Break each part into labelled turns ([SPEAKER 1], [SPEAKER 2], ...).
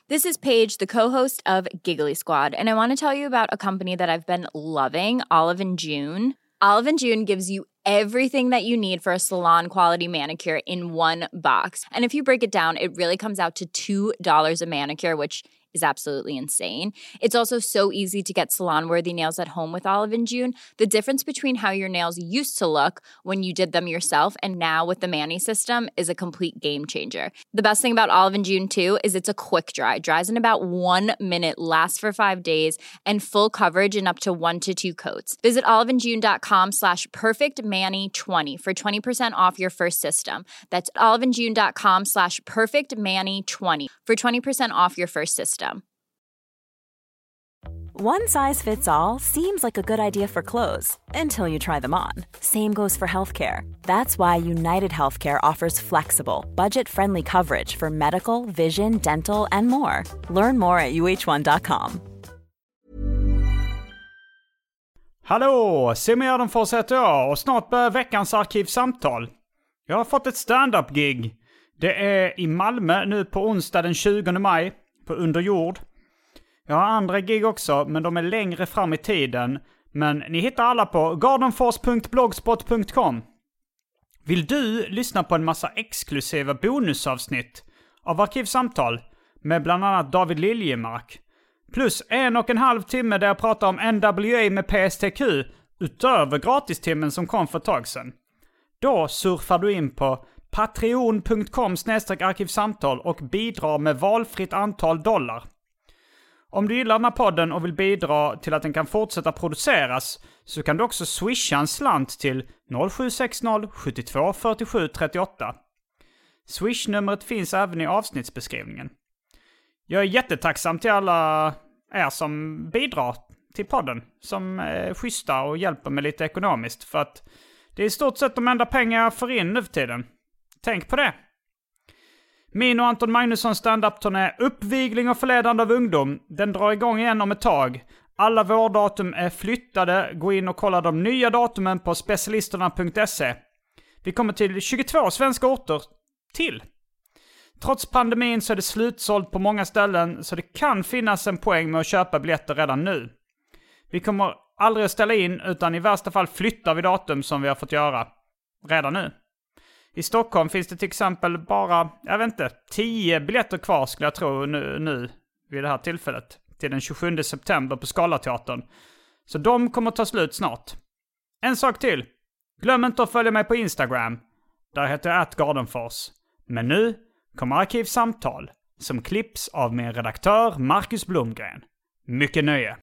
[SPEAKER 1] This is Paige, the co-host of Giggly Squad, and I want to tell you about a company that I've been loving, Olive & June. Olive & June gives you everything that you need for a salon-quality manicure in one box. And if you break it down, it really comes out to $2 a manicure, which is absolutely insane. It's also so easy to get salon-worthy nails at home with Olive & June. The difference between how your nails used to look when you did them yourself and now with the Mani system is a complete game changer. The best thing about Olive & June, too, is it's a quick dry. Dries in about 1 minute, lasts for 5 days, and full coverage in up to 1 to 2 coats. Visit oliveandjune.com/perfectmani20 for 20% off your first system. That's oliveandjune.com/perfectmani20 for 20% off your first system.
[SPEAKER 2] One size fits all seems like a good idea for clothes until you try them on. Same goes for healthcare. That's why United Healthcare offers flexible, budget-friendly coverage for medical, vision, dental, and more. Learn more at uh1.com.
[SPEAKER 3] Hallå, Simon Gärdenfors heter jag och snart börjar veckans arkivsamtal. Jag har fått ett stand-up-gig. Det är i Malmö nu på onsdag den 20 maj på Underjord. Jag har andra gig också, men de är längre fram i tiden. Men ni hittar alla på gardenfors.blogspot.com. Vill du lyssna på en massa exklusiva bonusavsnitt av arkivsamtal med bland annat David Liljemark? Plus 1,5 timme där jag pratar om NWA med PSTQ utöver gratistimmen som kom för ett tag sedan. Då surfar du in på patreon.com/arkivsamtal och bidrar med valfritt antal $. Om du gillar den här podden och vill bidra till att den kan fortsätta produceras så kan du också swisha en slant till 0760 72 47 38. Swish-numret finns även i avsnittsbeskrivningen. Jag är jättetacksam till alla er som bidrar till podden, som är schyssta och hjälper mig lite ekonomiskt, för att det är i stort sett de enda pengar jag får in nu för tiden. Tänk på det. Min och Anton Magnusson stand-up-turné Uppvigling och förledande av ungdom, den drar igång igen om ett tag. Alla vårdatum är flyttade. Gå in och kolla de nya datumen på specialisterna.se. Vi kommer till 22 svenska orter till. Trots pandemin så är det slutsålt på många ställen, så det kan finnas en poäng med att köpa biljetter redan nu. Vi kommer aldrig att ställa in, utan i värsta fall flyttar vi datum som vi har fått göra redan nu. I Stockholm finns det till exempel bara, 10 biljetter kvar skulle jag tro nu vid det här tillfället. Till den 27 september på Scalateatern. Så de kommer att ta slut snart. En sak till. Glöm inte att följa mig på Instagram. Där heter jag @gardenfors. Men nu kommer arkivsamtal som klipps av min redaktör Marcus Blomgren. Mycket nöje.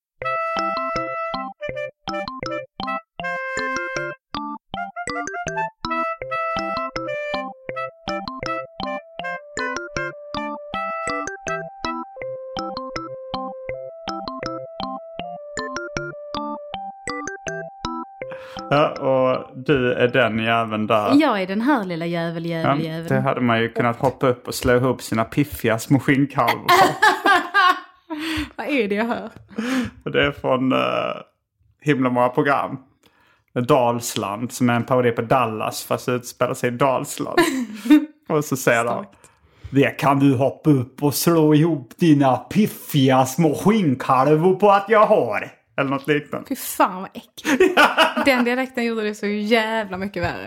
[SPEAKER 3] Ja, och du är den jäveln där.
[SPEAKER 4] Jag är den här lilla jäveln.
[SPEAKER 3] Det hade man ju kunnat hoppa upp och slå ihop sina piffiga små skinnkalvar.
[SPEAKER 4] Vad är det jag hör?
[SPEAKER 3] Och det är från himla många program. Dalsland, som är en parodi på Dallas fast utspelar sig i Dalsland. Och så säger de: det kan du hoppa upp och slå ihop dina piffiga små skinnkalvar på att jag har. Eller något liknande.
[SPEAKER 4] Fy fan vad äckligt. Den dialekten gjorde det så jävla mycket värre.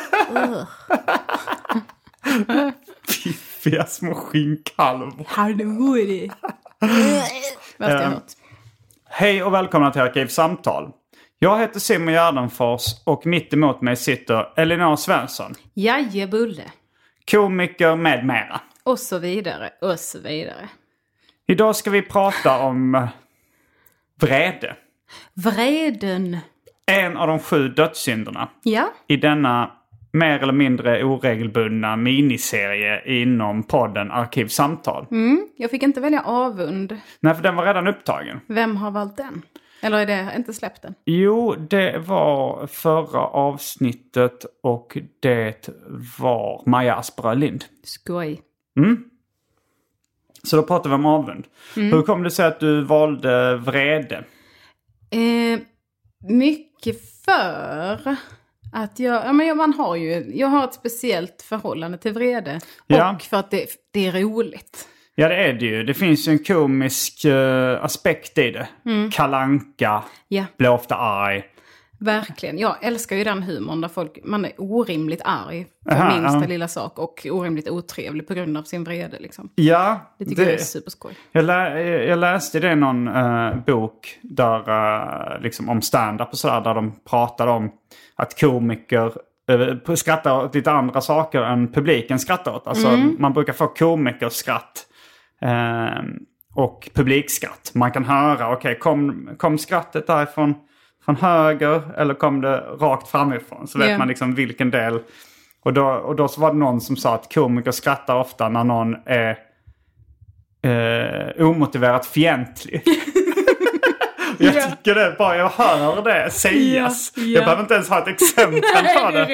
[SPEAKER 3] Piffiga små skinnkalvar.
[SPEAKER 4] Hallå. Värst jag hört.
[SPEAKER 3] Hej och välkomna till Arkivsamtal. Jag heter Simon Gärdenfors och mitt emot mig sitter Elinor Svensson.
[SPEAKER 4] Jajebulle.
[SPEAKER 3] Komiker med mera.
[SPEAKER 4] Och så vidare, och så vidare.
[SPEAKER 3] Idag ska vi prata om vrede.
[SPEAKER 4] Vreden.
[SPEAKER 3] En av de 7 dödssynderna.
[SPEAKER 4] Ja.
[SPEAKER 3] I denna mer eller mindre oregelbundna miniserie inom podden Arkivsamtal.
[SPEAKER 4] Jag fick inte välja avund.
[SPEAKER 3] Nej, för den var redan upptagen.
[SPEAKER 4] Vem har valt den? Eller är det inte släppt den?
[SPEAKER 3] Jo, det var förra avsnittet och det var Maja Asperö Lind.
[SPEAKER 4] Skoj.
[SPEAKER 3] Så då pratar vi om avund. Hur kom det sig att du valde vrede?
[SPEAKER 4] Mycket för att jag har ett speciellt förhållande till vrede.
[SPEAKER 3] Ja.
[SPEAKER 4] Och för att det är roligt.
[SPEAKER 3] Ja, det är det ju. Det finns ju en komisk aspekt i det. Kalle Anka blir ofta arg.
[SPEAKER 4] Verkligen. Jag älskar ju den humorn där man är orimligt arg för minsta lilla sak och orimligt otrevlig på grund av sin vrede. Liksom.
[SPEAKER 3] Ja,
[SPEAKER 4] det tycker jag är superskoj.
[SPEAKER 3] Jag läste det i någon bok där, liksom om stand-up och sådär, där de pratade om att komiker skrattar åt lite andra saker än publiken skrattar åt. Alltså man brukar få komikerskratt och publikskratt. Man kan höra, okej, kom skrattet därifrån från höger eller kom det rakt framifrån? Så vet man liksom vilken del. Och då så var det någon som sa att komiker skrattar ofta när någon är omotiverat fientlig. Jag tycker det, bara jag hör det sägas. Jag behöver inte ens ha ett exempel på det.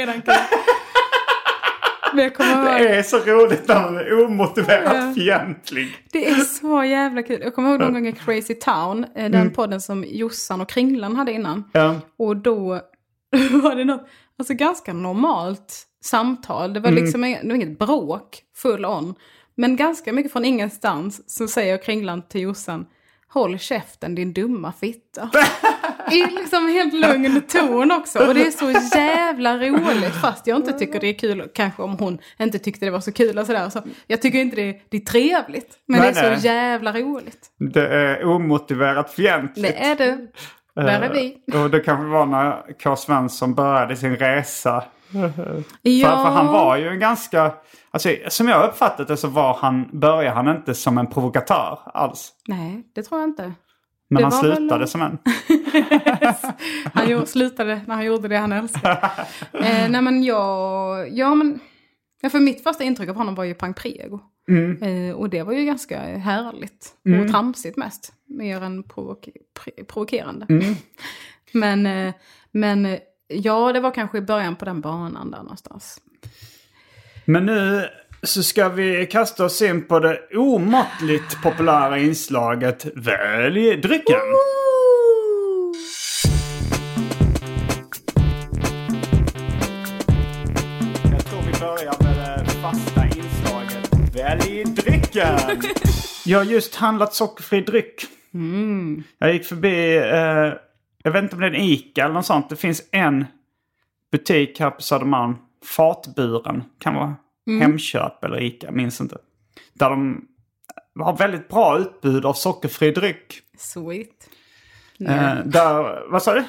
[SPEAKER 3] Det är så roligt när man är omotiverat fientlig.
[SPEAKER 4] Det är så jävla kul. Jag kommer ihåg någon gång i Crazy Town, den podden som Jossan och Kringlan hade innan. Och då var det något ganska normalt samtal. Det var liksom inget bråk full on. Men ganska mycket från ingenstans så säger Kringlan till Jossan: håll käften, din dumma fitta. I liksom helt lugn ton också. Och det är så jävla roligt. Fast jag inte tycker det är kul. Kanske om hon inte tyckte det var så kul och sådär. Så jag tycker inte det är trevligt. Men det är så jävla roligt.
[SPEAKER 3] Det är omotiverat fientligt.
[SPEAKER 4] Det är det. Där är vi.
[SPEAKER 3] Och det kanske var när K. Svensson började sin resa. För han var ju en ganska... Alltså, som jag uppfattat det så började han inte som en provokatör alls.
[SPEAKER 4] Nej, det tror jag inte.
[SPEAKER 3] Men han slutade som en.
[SPEAKER 4] Han slutade när han gjorde det han älskade. Nej men för mitt första intryck av honom var ju Pang Prego. Och det var ju ganska härligt. Och tramsigt mest. Mer än provokerande. Men ja, det var kanske i början på den banan där någonstans.
[SPEAKER 3] Men nu så ska vi kasta oss in på det omåttligt populära inslaget Välj drycken. Jag tror vi börjar med det fasta inslaget Välj drycken. Jag har just handlat sockerfri dryck. Jag gick förbi, jag vet inte om det är en Ica eller något sånt. Det finns en butik här på Södermalm. Fatburen kan vara Hemköp eller Ica, minns inte. Där de har väldigt bra utbud av sockerfri dryck.
[SPEAKER 4] Sweet.
[SPEAKER 3] Där, vad sa du?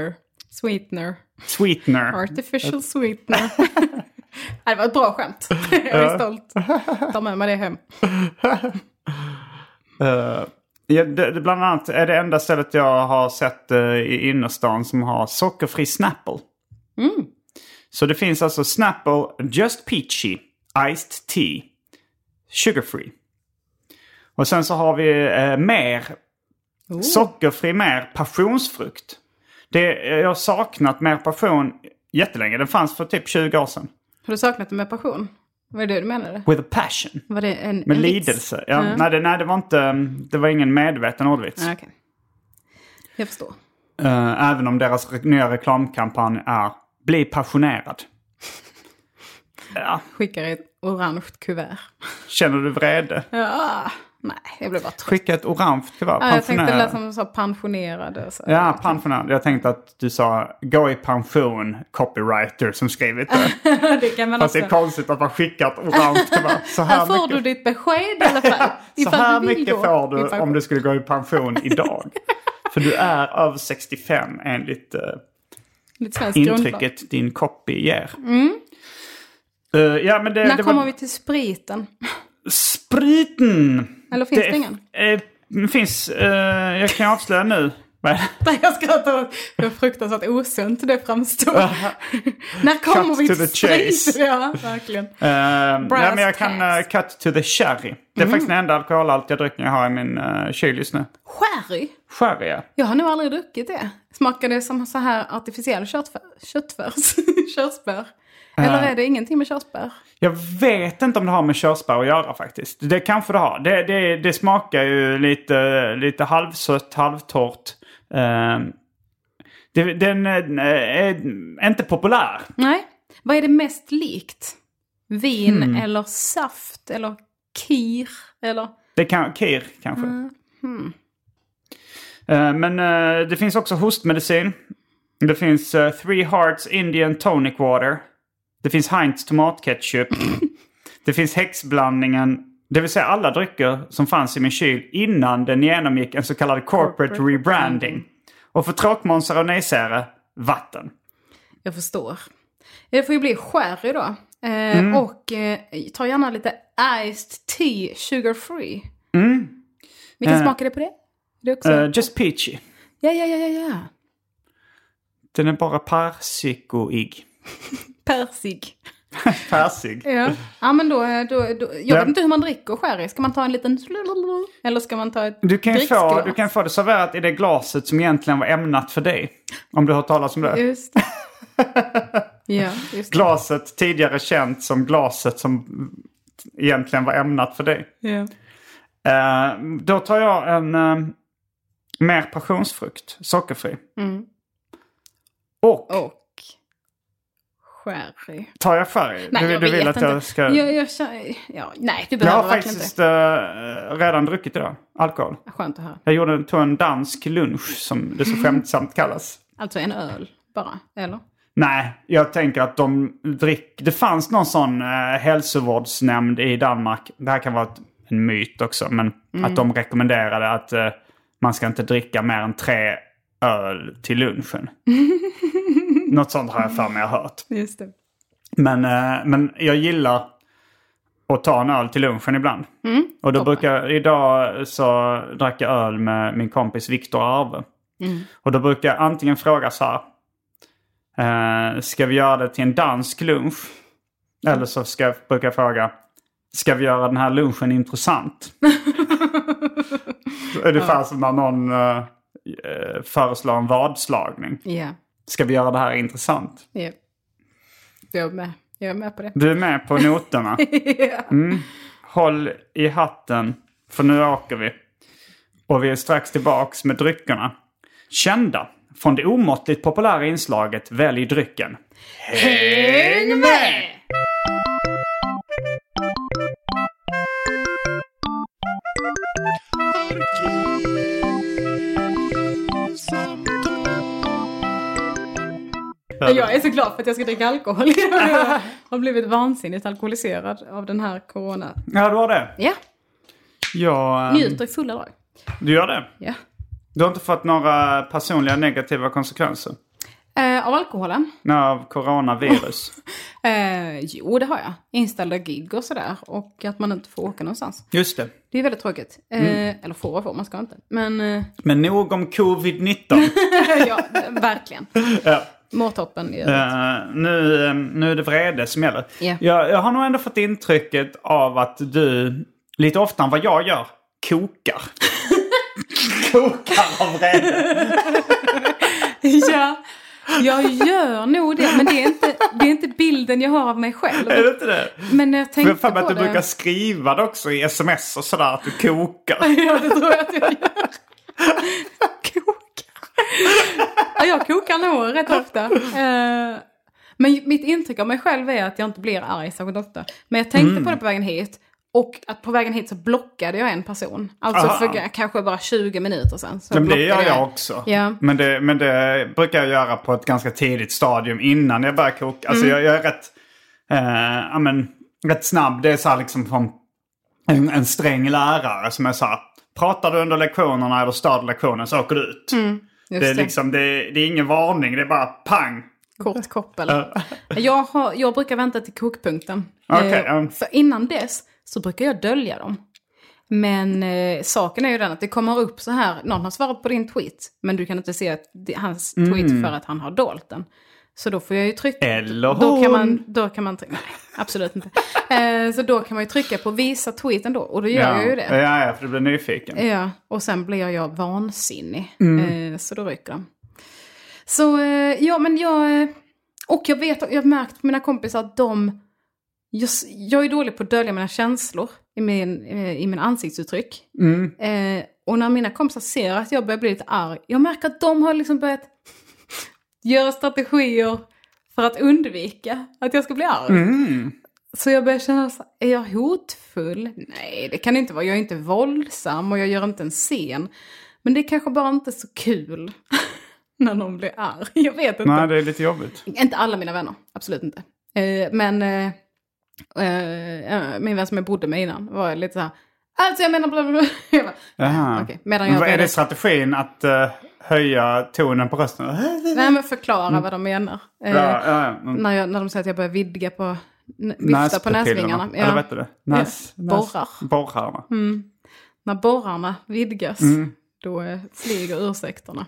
[SPEAKER 3] Sweetener.
[SPEAKER 4] Artificial sweetener. Det var ett bra skämt. Jag är stolt. Ta med mig det hem.
[SPEAKER 3] Det bland annat är det enda stället jag har sett i innerstan som har sockerfri Snapple. Så det finns alltså Snapple Just Peachy Iced Tea Sugar Free. Och sen så har vi sockerfri mer passionsfrukt. Jag har saknat mer passion jättelänge. Den fanns för typ 20 år sedan.
[SPEAKER 4] Har du saknat det med passion? Vad är det du menade?
[SPEAKER 3] With a passion.
[SPEAKER 4] Var det en
[SPEAKER 3] lidelse. Ja. Nej, det var inte. Det var ingen medveten ordvits.
[SPEAKER 4] Okay. Jag förstår.
[SPEAKER 3] Även om deras nya reklamkampanj är bli passionerad. Ja.
[SPEAKER 4] Skickar ett orange kuvert.
[SPEAKER 3] Känner du vrede?
[SPEAKER 4] Ja, nej, jag blev bara trött.
[SPEAKER 3] Skicka ett orange kuvert.
[SPEAKER 4] Ja, jag tänkte det som du sa pensionerad. Och så.
[SPEAKER 3] Ja, pensionerad. Jag tänkte att du sa gå i pension, copywriter som skrivit det.
[SPEAKER 4] Det kan man
[SPEAKER 3] fast
[SPEAKER 4] också.
[SPEAKER 3] Det är konstigt att man skickat ett orange kuvert. Så här
[SPEAKER 4] får du ditt besked i alla fall.
[SPEAKER 3] Så här mycket får du om du skulle gå i pension idag. För du är över 65 enligt intrycket din copy ger. Ja, men
[SPEAKER 4] när kommer vi till spriten?
[SPEAKER 3] Spriten!
[SPEAKER 4] Eller finns det ingen?
[SPEAKER 3] Det finns, jag kan avslöja nu.
[SPEAKER 4] Nej, jag ska ta hur fruktansvärt osunt det framstår. När kommer vi till sprit? Ja, verkligen.
[SPEAKER 3] Men jag kan cut to the sherry. Det är faktiskt den enda alkoholhaltiga drycken jag har i min kyl just nu.
[SPEAKER 4] Sherry?
[SPEAKER 3] Sherry, ja.
[SPEAKER 4] Jag har nog aldrig druckit det. Smakar det som så här artificiell körsbär? Eller är det ingenting med körsbär? Jag
[SPEAKER 3] vet inte om det har med körsbär att göra faktiskt. Det kanske det har. Det smakar ju lite halvsött, halvtorrt. Den är inte populär.
[SPEAKER 4] Nej. Vad är det mest likt? Vin eller saft eller kir eller...
[SPEAKER 3] Det kan Kir kanske. Men det finns också hostmedicin. Det finns Three Hearts Indian Tonic Water. Det finns Heinz tomatketchup. Det finns häxblandningen. Det vill säga alla drycker som fanns i min kyl innan den genomgick en så kallad corporate rebranding. Och för tråkmånsar och nejsäre, vatten. Jag
[SPEAKER 4] förstår. Det får ju bli sherry då. Och ta gärna lite iced tea, sugar free. Vilken smak är det på det? Det också?
[SPEAKER 3] Just peachy.
[SPEAKER 4] Ja.
[SPEAKER 3] Den är bara persikoig.
[SPEAKER 4] Persig.
[SPEAKER 3] Persig.
[SPEAKER 4] Ja, men då jag vet inte hur man dricker sherry. Ska man ta en liten... Eller ska man ta ett
[SPEAKER 3] du kan få det serverat i det glaset som egentligen var ämnat för dig. Om du har talat om det.
[SPEAKER 4] Just det.
[SPEAKER 3] Glaset tidigare känt som glaset som egentligen var ämnat för dig. Då tar jag en mer passionsfrukt, sockerfri. Och
[SPEAKER 4] sherry.
[SPEAKER 3] Tar jag sherry?
[SPEAKER 4] Nej,
[SPEAKER 3] du vill att jag ska...
[SPEAKER 4] nej, du behöver verkligen
[SPEAKER 3] inte. Jag har faktiskt redan druckit idag. Alkohol.
[SPEAKER 4] Skönt att höra.
[SPEAKER 3] Jag tog en dansk lunch som det så skämtsamt kallas.
[SPEAKER 4] Alltså en öl bara, eller?
[SPEAKER 3] Nej, jag tänker att det fanns någon sån hälsovårdsnämnd i Danmark. Det här kan vara en myt också. Men att de rekommenderade att man ska inte dricka mer än 3 öl till lunchen. Något sånt har jag för mig hört.
[SPEAKER 4] Just det.
[SPEAKER 3] Men jag gillar att ta en öl till lunchen ibland. Och då idag så drack jag öl med min kompis Viktor Arve. Och då brukar jag antingen fråga så här. Ska vi göra det till en dansk lunch? Eller så brukar jag fråga. Ska vi göra den här lunchen intressant? Ungefär som när någon föreslår en vadslagning. Ska vi göra det här intressant?
[SPEAKER 4] Jag är med på det.
[SPEAKER 3] Du är med på noterna. Håll i hatten, för nu åker vi. Och vi är strax tillbaks med dryckerna. Kända från det omåttligt populära inslaget Välj drycken. Häng med!
[SPEAKER 4] Jag är så glad för att jag ska dricka alkohol. Jag har blivit vansinnigt alkoholiserad av den här corona.
[SPEAKER 3] Ja, du har det?
[SPEAKER 4] Ja. Njuter i fulla drag.
[SPEAKER 3] Du gör det?
[SPEAKER 4] Ja.
[SPEAKER 3] Du har inte fått några personliga negativa konsekvenser?
[SPEAKER 4] Av alkoholen?
[SPEAKER 3] Av coronavirus?
[SPEAKER 4] Jo, det har jag. Inställda gig och sådär. Och att man inte får åka någonstans.
[SPEAKER 3] Just det.
[SPEAKER 4] Det är väldigt tråkigt. Eller får, man ska inte.
[SPEAKER 3] Men nog om covid-19.
[SPEAKER 4] Ja, verkligen. Mårtoppen.
[SPEAKER 3] Nu är det vrede som gäller.
[SPEAKER 4] Yeah.
[SPEAKER 3] Jag har nog ändå fått intrycket av att du lite oftare än vad jag gör kokar. Kokar av vrede.
[SPEAKER 4] Ja, jag gör nog det. Men det är inte bilden jag har av mig själv.
[SPEAKER 3] Är det inte det?
[SPEAKER 4] Men jag tänkte på
[SPEAKER 3] att du brukar skriva det också i sms och sådär att du kokar.
[SPEAKER 4] Ja, det tror jag att jag gör. Ja, jag kokar nog rätt ofta. Men mitt intryck av mig själv är att jag inte blir arg så ofta. Men jag tänkte på det på vägen hit. Och att på vägen hit så blockade jag en person. Alltså för kanske bara 20 minuter sedan. Så
[SPEAKER 3] men det gör jag också.
[SPEAKER 4] Ja.
[SPEAKER 3] Men det brukar jag göra på ett ganska tidigt stadium innan jag börjar koka. Alltså jag är rätt snabb. Det är så här liksom från en sträng lärare som är så här. Pratar du under lektionerna eller stör lektionen så åker du ut. Det är liksom, det är ingen varning, det är bara pang.
[SPEAKER 4] Kort koppel. Jag brukar vänta till kokpunkten. För innan dess så brukar jag dölja dem. Men saken är ju den att det kommer upp så här. Någon har svarat på din tweet. Men du kan inte se hans tweet för att han har dolt den. Så då får jag ju trycka.
[SPEAKER 3] Eller hon.
[SPEAKER 4] Då kan man nej, absolut inte. Så då kan man ju trycka på visa tweeten då. Och då gör jag ju det.
[SPEAKER 3] Ja, för du blir nyfiken.
[SPEAKER 4] Ja, och sen blir jag vansinnig. Så då rycker de. Så men jag... Och jag har märkt på mina kompisar att jag är dålig på att dölja mina känslor i min ansiktsuttryck. Och när mina kompisar ser att jag börjar bli lite arg. Jag märker att de har liksom börjat göra strategier för att undvika att jag ska bli arg. Så jag börjar känna så, är jag hotfull? Nej, det kan inte vara. Jag är inte våldsam och jag gör inte en scen. Men det är kanske bara inte så kul när någon blir arg. Jag vet inte.
[SPEAKER 3] Nej, det är lite jobbigt.
[SPEAKER 4] Inte alla mina vänner, absolut inte. Men min vän som jag bodde med innan var lite så här, alltså jag menar blablabla.
[SPEAKER 3] Jaha.
[SPEAKER 4] Okay.
[SPEAKER 3] Men vad är det strategin att höja tonen på rösten?
[SPEAKER 4] Nej, men förklara vad de menar. När de säger att jag börjar vidga på vifta på näsvingarna.
[SPEAKER 3] Eller vet du det? Borrarna.
[SPEAKER 4] När borrarna vidgas, då flyger ursäkterna.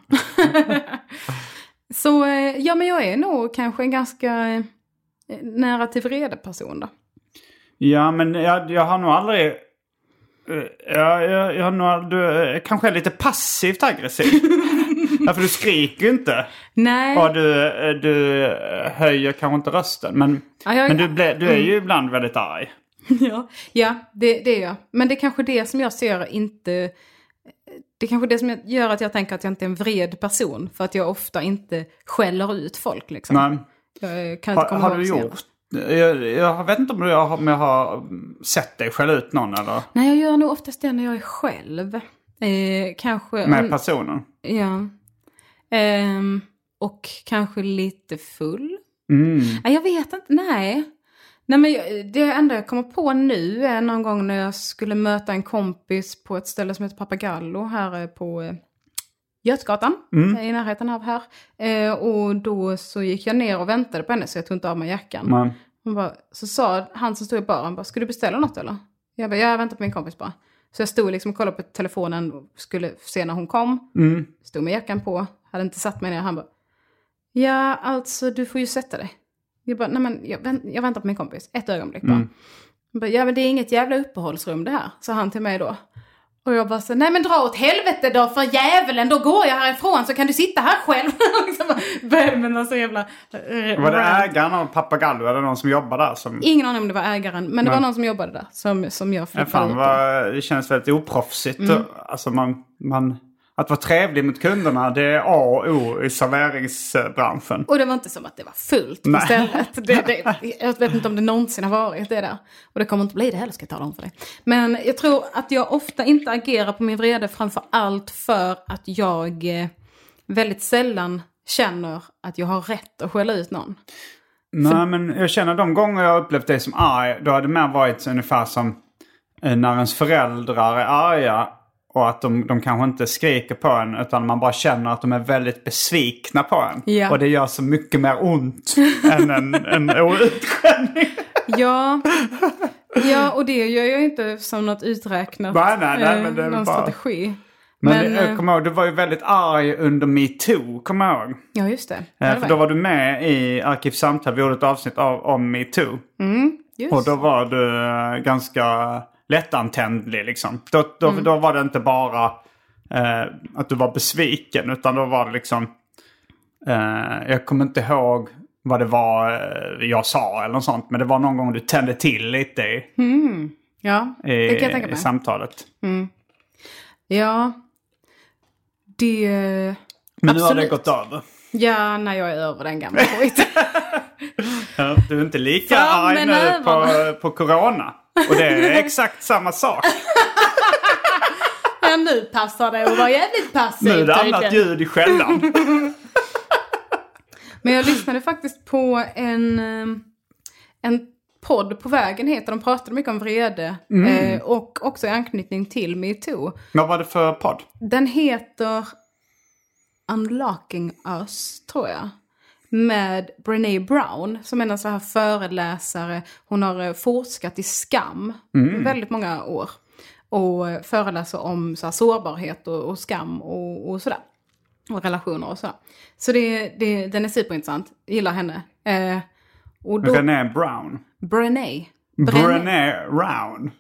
[SPEAKER 4] Så ja, men jag är nog kanske en ganska nära till vrede person då. Ja, men
[SPEAKER 3] jag har nog aldrig... Jag har nog... Du kanske är lite passivt aggressiv. För du skriker ju inte.
[SPEAKER 4] Nej.
[SPEAKER 3] Och du höjer kanske inte rösten. Men du är ju ibland väldigt arg.
[SPEAKER 4] Ja, det är jag. Men det är kanske det som jag ser inte... Det är kanske det som gör att jag tänker att jag inte är en vred person. För att jag ofta inte skäller ut folk liksom.
[SPEAKER 3] Nej.
[SPEAKER 4] Jag kan inte komma
[SPEAKER 3] har du gjort? Jag vet inte om jag har sett dig skälla ut någon eller?
[SPEAKER 4] Nej, jag gör nog oftast det när jag är själv. Kanske...
[SPEAKER 3] Med personen?
[SPEAKER 4] Ja. Och kanske lite full. Jag vet inte, nej. Nej, men det enda jag kommer på nu är någon gång när jag skulle möta en kompis på ett ställe som heter Papagallo här på Götgatan, i närheten av här. Och då så gick jag ner och väntade på henne så jag tog inte av mig jackan. Hon bara, så sa han som stod i baren, bara, ska du beställa något eller? Jag bara, jag väntar på min kompis bara. Så jag stod liksom och kollade på telefonen och skulle se när hon kom. Stod med jackan på, hade inte satt mig ner. Han bara, ja alltså du får ju sätta dig. Jag bara, nej men jag väntar på min kompis. Ett ögonblick bara. Bara, ja men det är inget jävla uppehållsrum det här. Så han till mig då. Och jag bara så, nej men dra åt helvete då för jävlen. Då går jag härifrån så kan du sitta här själv. Men alltså jävla...
[SPEAKER 3] Var det ägaren av Papagallo eller någon som jobbar där?
[SPEAKER 4] Ingen aning om det var ägaren. Men det var någon som jobbade där. Som jag flippade ut.
[SPEAKER 3] Det känns väldigt oproffsigt. Alltså att vara trevlig mot kunderna, det är A och O i serveringsbranschen.
[SPEAKER 4] Och det var inte som att det var fullt på stället. Jag vet inte om det någonsin har varit det där. Och det kommer inte bli det heller, ska jag tala om för dig. Men jag tror att jag ofta inte agerar på min vrede framför allt för att jag väldigt sällan känner att jag har rätt att skälla ut någon.
[SPEAKER 3] Nej, men jag känner de gånger jag upplevt dig som arg, då har det mer varit ungefär som när ens föräldrar är arga. Och att de kanske inte skriker på en utan man bara känner att de är väldigt besvikna på en. Ja. Och det gör så mycket mer ont än en utskällning.
[SPEAKER 4] Ja, och det gör jag inte som något uträknat.
[SPEAKER 3] Nej, men det är
[SPEAKER 4] någon
[SPEAKER 3] bara...
[SPEAKER 4] strategi.
[SPEAKER 3] Men jag kommer ihåg, du var ju väldigt arg under MeToo, kommer jag ihåg.
[SPEAKER 4] Ja, just det.
[SPEAKER 3] För då var du med i Arkivsamtal, vi gjorde ett avsnitt om MeToo.
[SPEAKER 4] Just.
[SPEAKER 3] Och då var du ganska... lättantändlig liksom. Då var det inte bara att du var besviken utan då var det liksom jag kommer inte ihåg vad det var jag sa eller något sånt, men det var någon gång du tände till lite
[SPEAKER 4] det kan jag tänka mig.
[SPEAKER 3] I samtalet.
[SPEAKER 4] Ja. Det
[SPEAKER 3] men nu har det gått över.
[SPEAKER 4] Ja, när jag är över den gamla skiten.
[SPEAKER 3] Du är inte lika arg nu på corona. Och det är exakt samma sak.
[SPEAKER 4] Ja, nu passar det att vara jävligt passiv.
[SPEAKER 3] Nu är det annat ljud i skällan.
[SPEAKER 4] Men jag lyssnade faktiskt på en podd på vägen heter. De pratade mycket om vrede. Och också i anknytning till MeToo.
[SPEAKER 3] Vad var det för podd?
[SPEAKER 4] Den heter Unlocking Us, tror jag. Med Brené Brown som är en så här föreläsare. Hon har forskat i skam väldigt många år. Och föreläser om så här sårbarhet och skam och sådär. Och relationer och sådär. Så den är superintressant. Jag gillar henne. Och då,
[SPEAKER 3] Brené Brown.
[SPEAKER 4] Brené
[SPEAKER 3] Brown.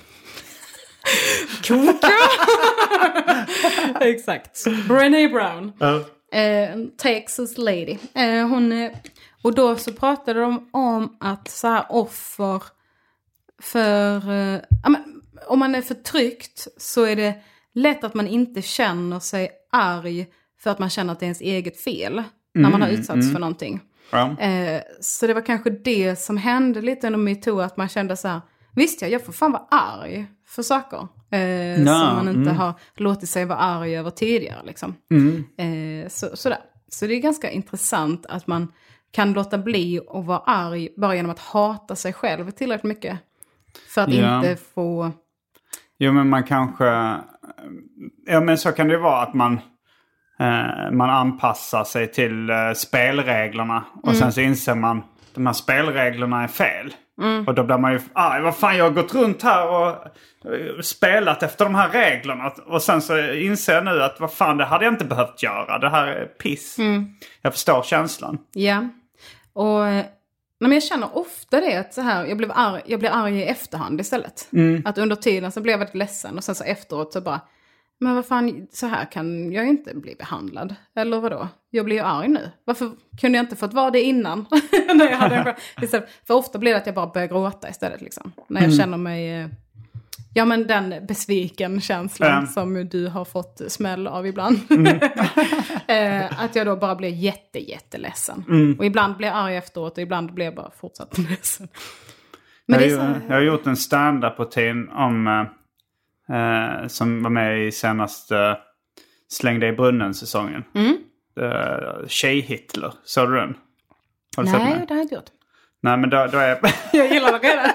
[SPEAKER 4] Exakt. Brené Brown. Texas lady. Och då så pratade de om att så här offer för om man är förtryckt så är det lätt att man inte känner sig arg för att man känner att det är ens eget fel när man har utsatts för någonting.
[SPEAKER 3] Ja.
[SPEAKER 4] Så det var kanske det som hände lite under MeToo, att man kände så här, visst jag får fan vara arg för saker som man inte har låtit sig vara arg över tidigare liksom. Så det är ganska intressant att man kan låta bli att vara arg bara genom att hata sig själv tillräckligt mycket för att inte få...
[SPEAKER 3] Jo, men man kanske... Ja, men så kan det vara att man anpassar sig till spelreglerna. Och sen så inser man att de här spelreglerna är fel. Och då blir man ju... vad fan, jag har gått runt här och spelat efter de här reglerna. Och sen så inser jag nu att vad fan, det hade jag inte behövt göra. Det här är piss. Jag förstår känslan.
[SPEAKER 4] Ja. Och... Men jag känner ofta det att så här, jag blir arg i efterhand istället. Att under tiden så blev jag väldigt ledsen. Och sen så efteråt så bara... Men vad fan, så här kan jag inte bli behandlad. Eller vadå? Jag blir ju arg nu. Varför kunde jag inte fått vara det innan? När jag hade för ofta blir det att jag bara börjar gråta istället. Liksom. När jag känner mig... Ja, men den besviken känslan som du har fått smäll av ibland. Att jag då bara blir jätteledsen. Och ibland blir jag arg efteråt och ibland blir jag bara fortsatt ledsen. Men
[SPEAKER 3] jag har gjort en stand-up-rutin om... som var med i senaste Släng dig i brunnen-säsongen. Tjej-Hitler. Såg du den? Har du sett den?
[SPEAKER 4] Nej, det har jag inte gjort.
[SPEAKER 3] Nej, men då är...
[SPEAKER 4] Jag gillar det redan.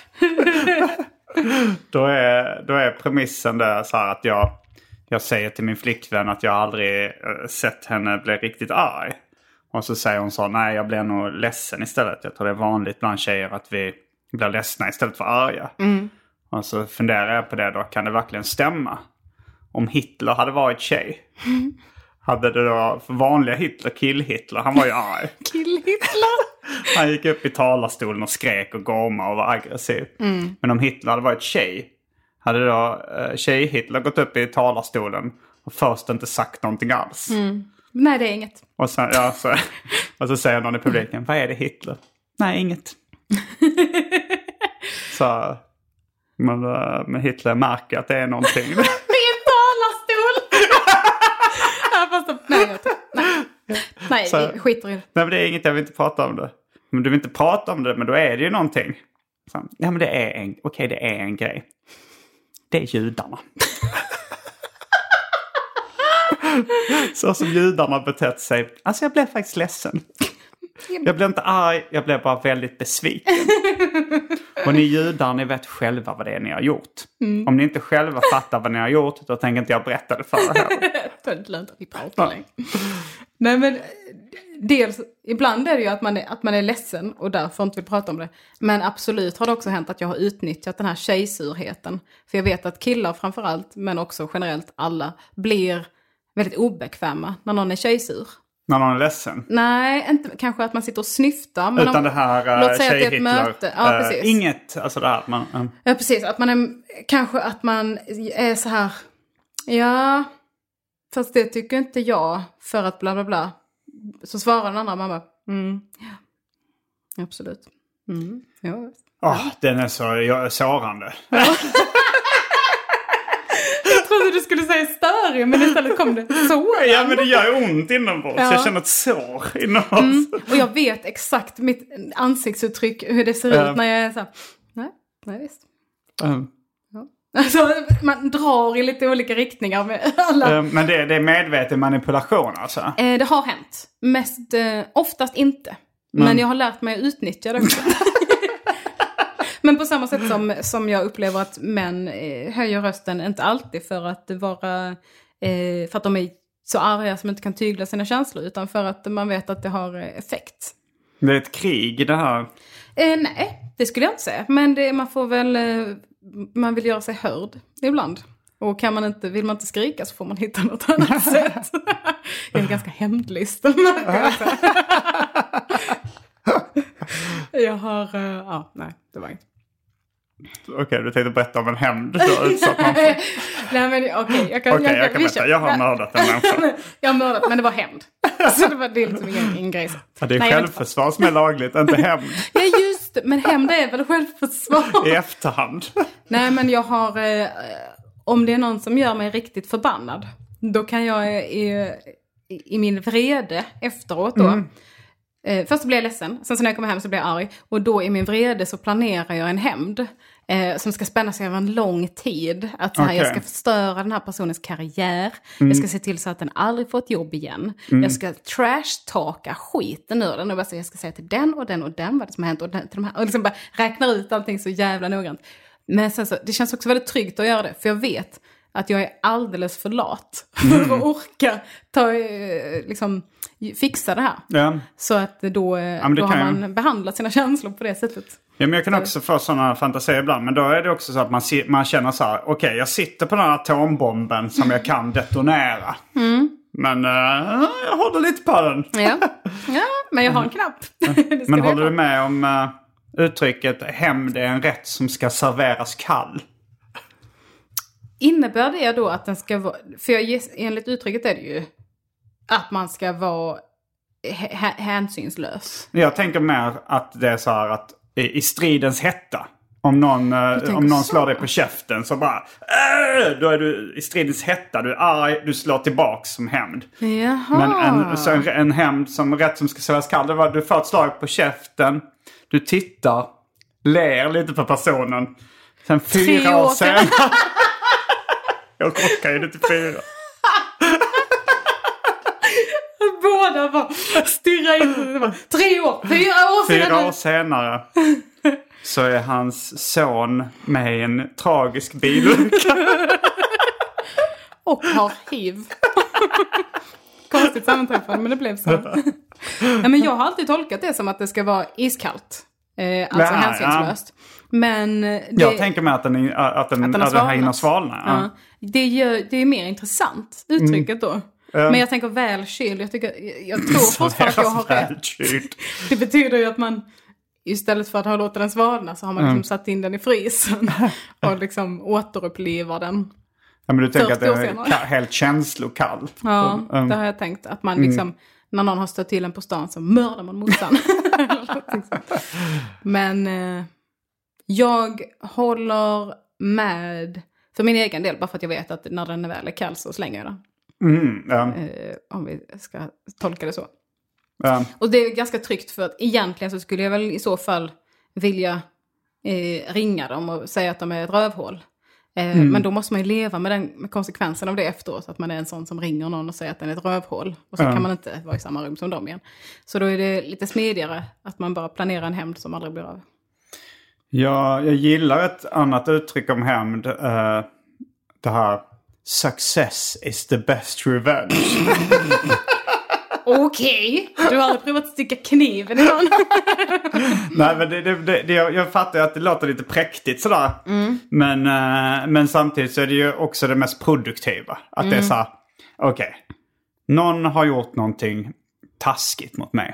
[SPEAKER 3] då är premissen där så här att jag säger till min flickvän att jag aldrig sett henne bli riktigt arg. Och så säger hon så, nej, jag blir nog ledsen istället. Jag tror det är vanligt bland tjejer att vi blir ledsna istället för arga. Och så funderar jag på det då. Kan det verkligen stämma? Om Hitler hade varit tjej. Hade det då för vanliga Hitler, kill-Hitler. Han var ju arg.
[SPEAKER 4] Kill-Hitler?
[SPEAKER 3] Han gick upp i talarstolen och skrek och gormade och var aggressiv. Men om Hitler hade varit tjej. Hade då tjej-Hitler gått upp i talarstolen och först inte sagt någonting alls.
[SPEAKER 4] Nej, det är inget.
[SPEAKER 3] Och sen, och så säger någon i publiken, vad är det Hitler? Nej, inget. Så... Men Hitler märker att det är någonting.
[SPEAKER 4] Min talarstol! Nej, skiter i det.
[SPEAKER 3] Nej, men det är inget, jag vill inte prata om det. Men du vill inte prata om det, men då är det ju någonting. Så, ja, men det är en grej. Det är judarna. Så som judarna betett sig. Alltså jag blev faktiskt ledsen. Jag blev inte arg, jag blev bara väldigt besviken. Och ni judar, ni vet själva vad det är ni har gjort. Om ni inte själva fattar vad ni har gjort, då tänker inte jag berätta det för er.
[SPEAKER 4] Det är lönt att vi pratar längre. Nej, men dels, ibland är det ju att man är ledsen och därför inte vill prata om det. Men absolut har det också hänt att jag har utnyttjat den här tjejsurheten. För jag vet att killar framförallt, men också generellt alla, blir väldigt obekväma när någon är tjejsur.
[SPEAKER 3] När någon är ledsen?
[SPEAKER 4] Nej, inte kanske att man sitter och snyftar. Men
[SPEAKER 3] utan det här tjej-Hitler.
[SPEAKER 4] Ja, precis.
[SPEAKER 3] Inget, alltså det här att man...
[SPEAKER 4] Ja, precis. Att man är, kanske att man är så här... Ja, fast det tycker inte jag för att bla bla bla. Så svarar den andra mamma. Ja, absolut. Ja.
[SPEAKER 3] Den är så sårande.
[SPEAKER 4] Jag trodde du skulle säga större, men istället kom det sår.
[SPEAKER 3] Ja, men det gör ont inombords. Ja. Jag känner ett sår inombords.
[SPEAKER 4] Och jag vet exakt mitt ansiktsuttryck, hur det ser ut när jag är så här, nej visst. Ja. Alltså, man drar i lite olika riktningar med alla.
[SPEAKER 3] Men det är medveten manipulation alltså?
[SPEAKER 4] Det har hänt. Oftast inte. Men jag har lärt mig att utnyttja det också. Men på samma sätt som jag upplever att män höjer rösten, inte alltid för att för att de är så arga som inte kan tygla sina känslor, utan för att man vet att det har effekt.
[SPEAKER 3] Det är ett krig det här?
[SPEAKER 4] Nej, det skulle jag inte säga. Men man får väl, man vill göra sig hörd ibland. Och vill man inte skrika så får man hitta något annat sätt. Jag är ganska hämndlysten. Jag har... nej, det var inte.
[SPEAKER 3] Okej, du tänkte berätta om en hämnd.
[SPEAKER 4] Nej, men jag kan
[SPEAKER 3] berätta. Jag har mördat en människa.
[SPEAKER 4] Jag har mördat, men det var hämnd. Så det var liksom ingen grej.
[SPEAKER 3] Ja, det är självförsvar som är lagligt, inte hämnd.
[SPEAKER 4] Ja, just det. Men hämnd är väl självförsvar?
[SPEAKER 3] I efterhand.
[SPEAKER 4] Nej, men jag har... om det är någon som gör mig riktigt förbannad, då kan jag i min vrede efteråt då... först blir jag ledsen. Sen så när jag kommer hem så blir jag arg. Och då i min vrede så planerar jag en hämnd. Som ska spänna sig över en lång tid. Att så här, jag ska förstöra den här personens karriär. Jag ska se till så att den aldrig får ett jobb igen. Jag ska trash-talka skiten ur den. Och jag ska säga till den och den och den vad det som har hänt. Och, den, till de här, och liksom bara räknar ut allting så jävla noggrant. Men sen så, det känns också väldigt tryggt att göra det. För jag vet att jag är alldeles för lat för att orka fixa det här. Ja. Så att då har man behandlat sina känslor på det sättet.
[SPEAKER 3] Ja, men jag kan också få sådana fantasier ibland. Men då är det också så att man känner så här: okej, jag sitter på den här atombomben som jag kan detonera. Men jag håller lite på den.
[SPEAKER 4] Ja, men jag har en knapp.
[SPEAKER 3] Men håller du med om uttrycket hämnd är en rätt som ska serveras kall?
[SPEAKER 4] Innebär det då att den ska vara... För enligt uttrycket är det ju att man ska vara hänsynslös.
[SPEAKER 3] Jag tänker mer att det är så här att i stridens hetta, om någon slår dig på käften så bara då är du i stridens hetta, du är arg, du slår tillbaks som hämnd.
[SPEAKER 4] Jaha.
[SPEAKER 3] Men en hämnd som rätt som ska serveras kall, det var du får ett slag på käften, du tittar, ler lite på personen, sen 4 år senare jag orkar ju inte 4.
[SPEAKER 4] Båda bara stirrar in. 3 år, 4 år senare.
[SPEAKER 3] 4 år senare så är hans son med i en tragisk bilolycka.
[SPEAKER 4] Och har hiv. Konstigt sammanträffande, men det blev så. Ja, men jag har alltid tolkat det som att det ska vara iskallt. Alltså hänsynslöst. Men
[SPEAKER 3] jag tänker med att den hinner svalna.
[SPEAKER 4] Ja. Det är mer intressant uttrycket då. Men jag tänker välkyld. Jag tror fortfarande att jag har rätt. Det betyder ju att man istället för att ha låtit den svalna så har man liksom satt in den i frysen. Och liksom återupplivar den.
[SPEAKER 3] Ja, men du tänker att det är helt känslokall.
[SPEAKER 4] Ja, det har jag tänkt. Att man liksom, när någon har stött till en på stan så mördar man motstånd. Men jag håller med för min egen del. Bara för att jag vet att när den är väl är kall så slänger jag den. Om vi ska tolka det så. Och det är ganska tryggt för att egentligen så skulle jag väl i så fall vilja ringa dem och säga att de är ett rövhål. Men då måste man ju leva med konsekvensen av det efteråt. Att man är en sån som ringer någon och säger att den är ett rövhål. Och så kan man inte vara i samma rum som dem igen. Så då är det lite smidigare att man bara planerar en hämnd som aldrig blir av.
[SPEAKER 3] Ja, jag gillar ett annat uttryck om hämnd. Det här: success is the best revenge.
[SPEAKER 4] Okej. Du har aldrig provat att sticka kniven i någon.
[SPEAKER 3] Nej, men jag fattar att det låter lite präktigt sådär. Men samtidigt så är det ju också det mest produktiva. Att det är så här: okej, någon har gjort någonting taskigt mot mig.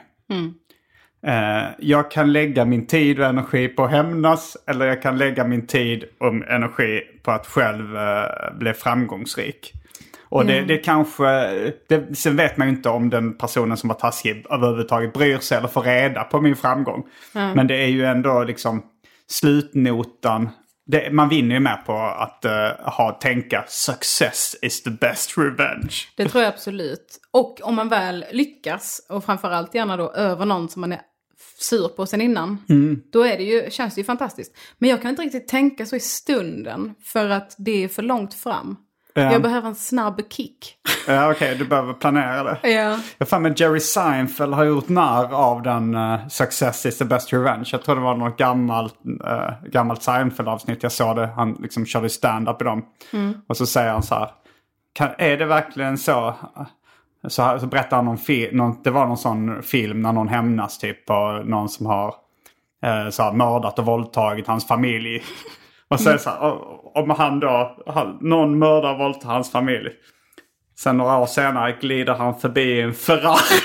[SPEAKER 3] Jag kan lägga min tid och energi på att hämnas, eller jag kan lägga min tid och energi på att själv bli framgångsrik. Och det kanske... sen vet man ju inte om den personen som var taskig överhuvudtaget bryr sig eller får reda på min framgång. Men det är ju ändå liksom slutnotan. Man vinner ju med på att tänka success is the best revenge.
[SPEAKER 4] Det tror jag absolut. Och om man väl lyckas, och framförallt gärna då över någon som man är sur på sen innan, då är det känns det ju fantastiskt. Men jag kan inte riktigt tänka så i stunden, för att det är för långt fram. Jag behöver en snabb kick.
[SPEAKER 3] Ja, okej, du behöver planera det.
[SPEAKER 4] Ja.
[SPEAKER 3] Jag fann med Jerry Seinfeld har gjort narr av den Success is the best revenge. Jag tror det var något gammalt Seinfeld-avsnitt. Jag såg det, han liksom körde stand-up i dem. Och så säger han så här: är det verkligen så? Så berättar han det var någon sån film när någon hämnas typ på någon som har så här, mördat och våldtagit hans familj. Och så är det så här, om någon mördar och våldtar hans familj. Sen några år senare glider han förbi en Ferrari.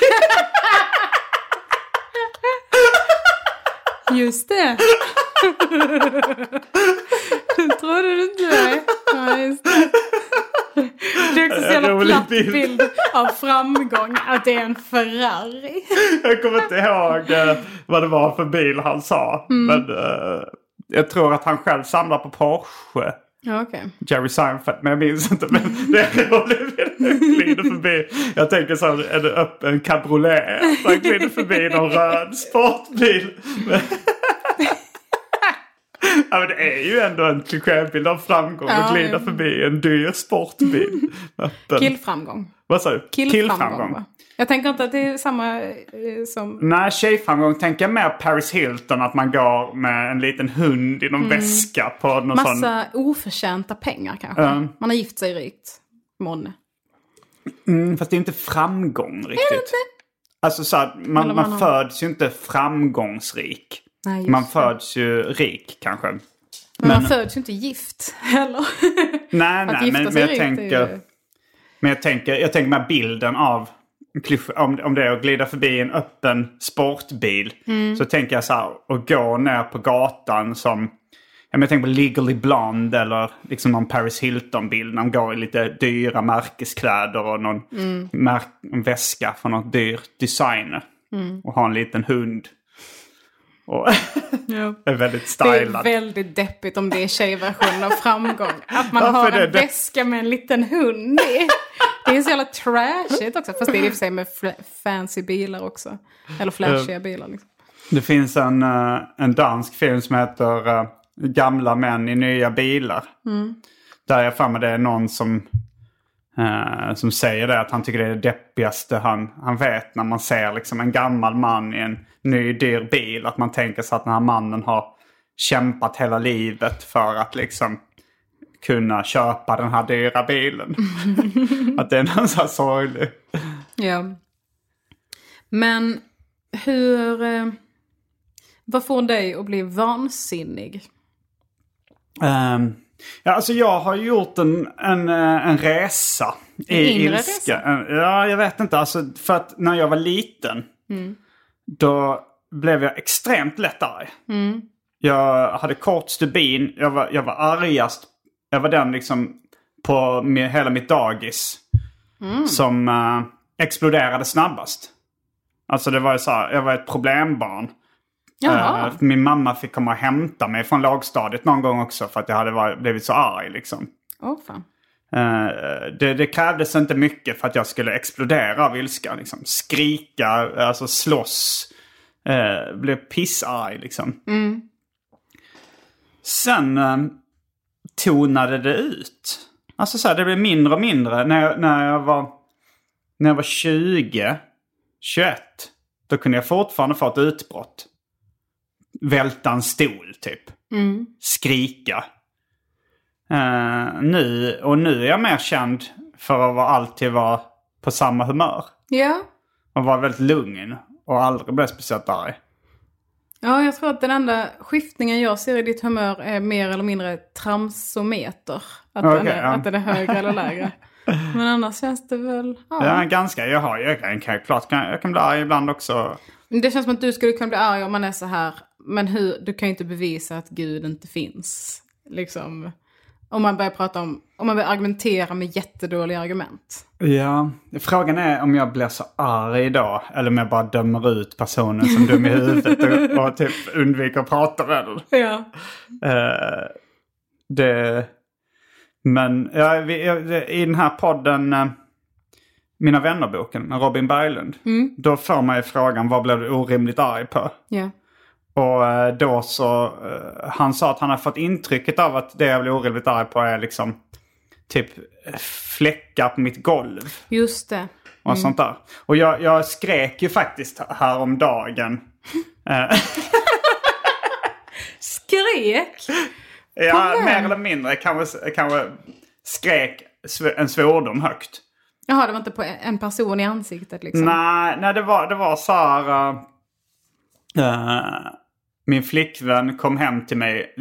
[SPEAKER 4] Just det. Tror du inte det? Ja, just det. Det är också så jävla platt bild av framgång att det är en Ferrari.
[SPEAKER 3] Jag kommer inte ihåg vad det var för bil han sa. Men jag tror att han själv samlar på Porsche.
[SPEAKER 4] Ja, okej.
[SPEAKER 3] Jerry Seinfeld, men jag minns inte. Men det glider förbi. Jag tänker så här, är det upp en cabriolet? Så han glider förbi någon röd sportbil. Ja, men det är ju ändå en klichébild av framgång att glida förbi en dyr sportbil.
[SPEAKER 4] Killframgång.
[SPEAKER 3] Vad sa du?
[SPEAKER 4] Killframgång. Jag tänker inte att det är samma som...
[SPEAKER 3] Nej, tjejframgång tänker jag mer Paris Hilton. Att man går med en liten hund i någon väska på någon
[SPEAKER 4] massa oförtjänta pengar kanske. Man har gift sig rikt. Månne.
[SPEAKER 3] Fast det är inte framgång riktigt.
[SPEAKER 4] Är det inte?
[SPEAKER 3] Alltså så här, man föds ju inte framgångsrik.
[SPEAKER 4] Nej,
[SPEAKER 3] man föds ju rik kanske.
[SPEAKER 4] Men man föds ju inte gift heller.
[SPEAKER 3] Nej, men jag tänker med bilden av om det är att glida förbi en öppen sportbil. Så tänker jag så här, att gå ner på gatan som jag tänker på Legally Blonde eller liksom någon Paris Hilton-bild. När de går i lite dyra märkeskläder och någon en väska från något dyr designer. Och har en liten hund. Och är väldigt stylad.
[SPEAKER 4] Det är väldigt deppigt om det är tjejversionen av framgång. Att man har en väska med en liten hund i. Det är så jävla trashigt också. Fast det är i och för sig med fancy bilar också. Eller flashiga bilar liksom. Det
[SPEAKER 3] finns en dansk film som heter Gamla män i nya bilar. Där jag fan med det är någon som säger det. Att han tycker det är det deppigaste han vet. När man ser liksom en gammal man i en ny dyr bil. Att man tänker sig att den här mannen har kämpat hela livet för att liksom kunna köpa den här dyra bilen. Att det är någon så här sorglig.
[SPEAKER 4] Ja. Men vad får dig att bli vansinnig?
[SPEAKER 3] Ja, alltså jag har gjort en resa i ilska. Ja, jag vet inte. Alltså, för att när jag var liten då blev jag extremt lätt arg. Jag hade kort stubin. Jag var argast. Jag var den liksom på hela mitt dagis som exploderade snabbast. Alltså det var ju så här, jag var ett problembarn. Min mamma fick komma och hämta mig från lågstadiet någon gång också för att jag hade blivit så arg liksom.
[SPEAKER 4] Fan.
[SPEAKER 3] Det krävdes inte mycket för att jag skulle explodera av ilska liksom. Skrika, alltså slåss, blev pissarg liksom. Sen tonade det ut. Alltså så här, det blev mindre och mindre när jag var 20, 21. Då kunde jag fortfarande få ett utbrott. Välta en stol typ. Skrika. Nu är jag mer känd för att alltid vara på samma humör.
[SPEAKER 4] Ja.
[SPEAKER 3] Och vara väldigt lugn och aldrig bli speciellt arg.
[SPEAKER 4] Ja, jag tror att den enda skiftningen jag ser i ditt humör är mer eller mindre tramsometer. Att den är högre eller lägre. Men annars känns det väl...
[SPEAKER 3] Ja, ganska. Jag kan bli arg ibland också.
[SPEAKER 4] Det känns som att du skulle kunna bli arg om man är så här. Men du kan ju inte bevisa att Gud inte finns. Liksom... Om man börjar argumentera med jättedåliga argument.
[SPEAKER 3] Ja, frågan är om jag blir så arg idag. Eller om jag bara dömer ut personen som dum i huvudet och typ undviker att prata med den.
[SPEAKER 4] Ja.
[SPEAKER 3] Men i den här podden Mina vännerboken med Robin Berglund. Då får man ju frågan, vad blev du orimligt arg på?
[SPEAKER 4] Ja.
[SPEAKER 3] Och då så, han sa att han har fått intrycket av att det jag blir orimligt arg på är liksom typ fläckar på mitt golv.
[SPEAKER 4] Just det.
[SPEAKER 3] Och sånt där. Och jag skrek ju faktiskt häromdagen.
[SPEAKER 4] Skrek?
[SPEAKER 3] Ja, mer eller mindre. Kanske skrek en svordom högt.
[SPEAKER 4] Jaha, det var inte på en person i ansiktet liksom?
[SPEAKER 3] Nej, det var så här... min flickvän kom hem till mig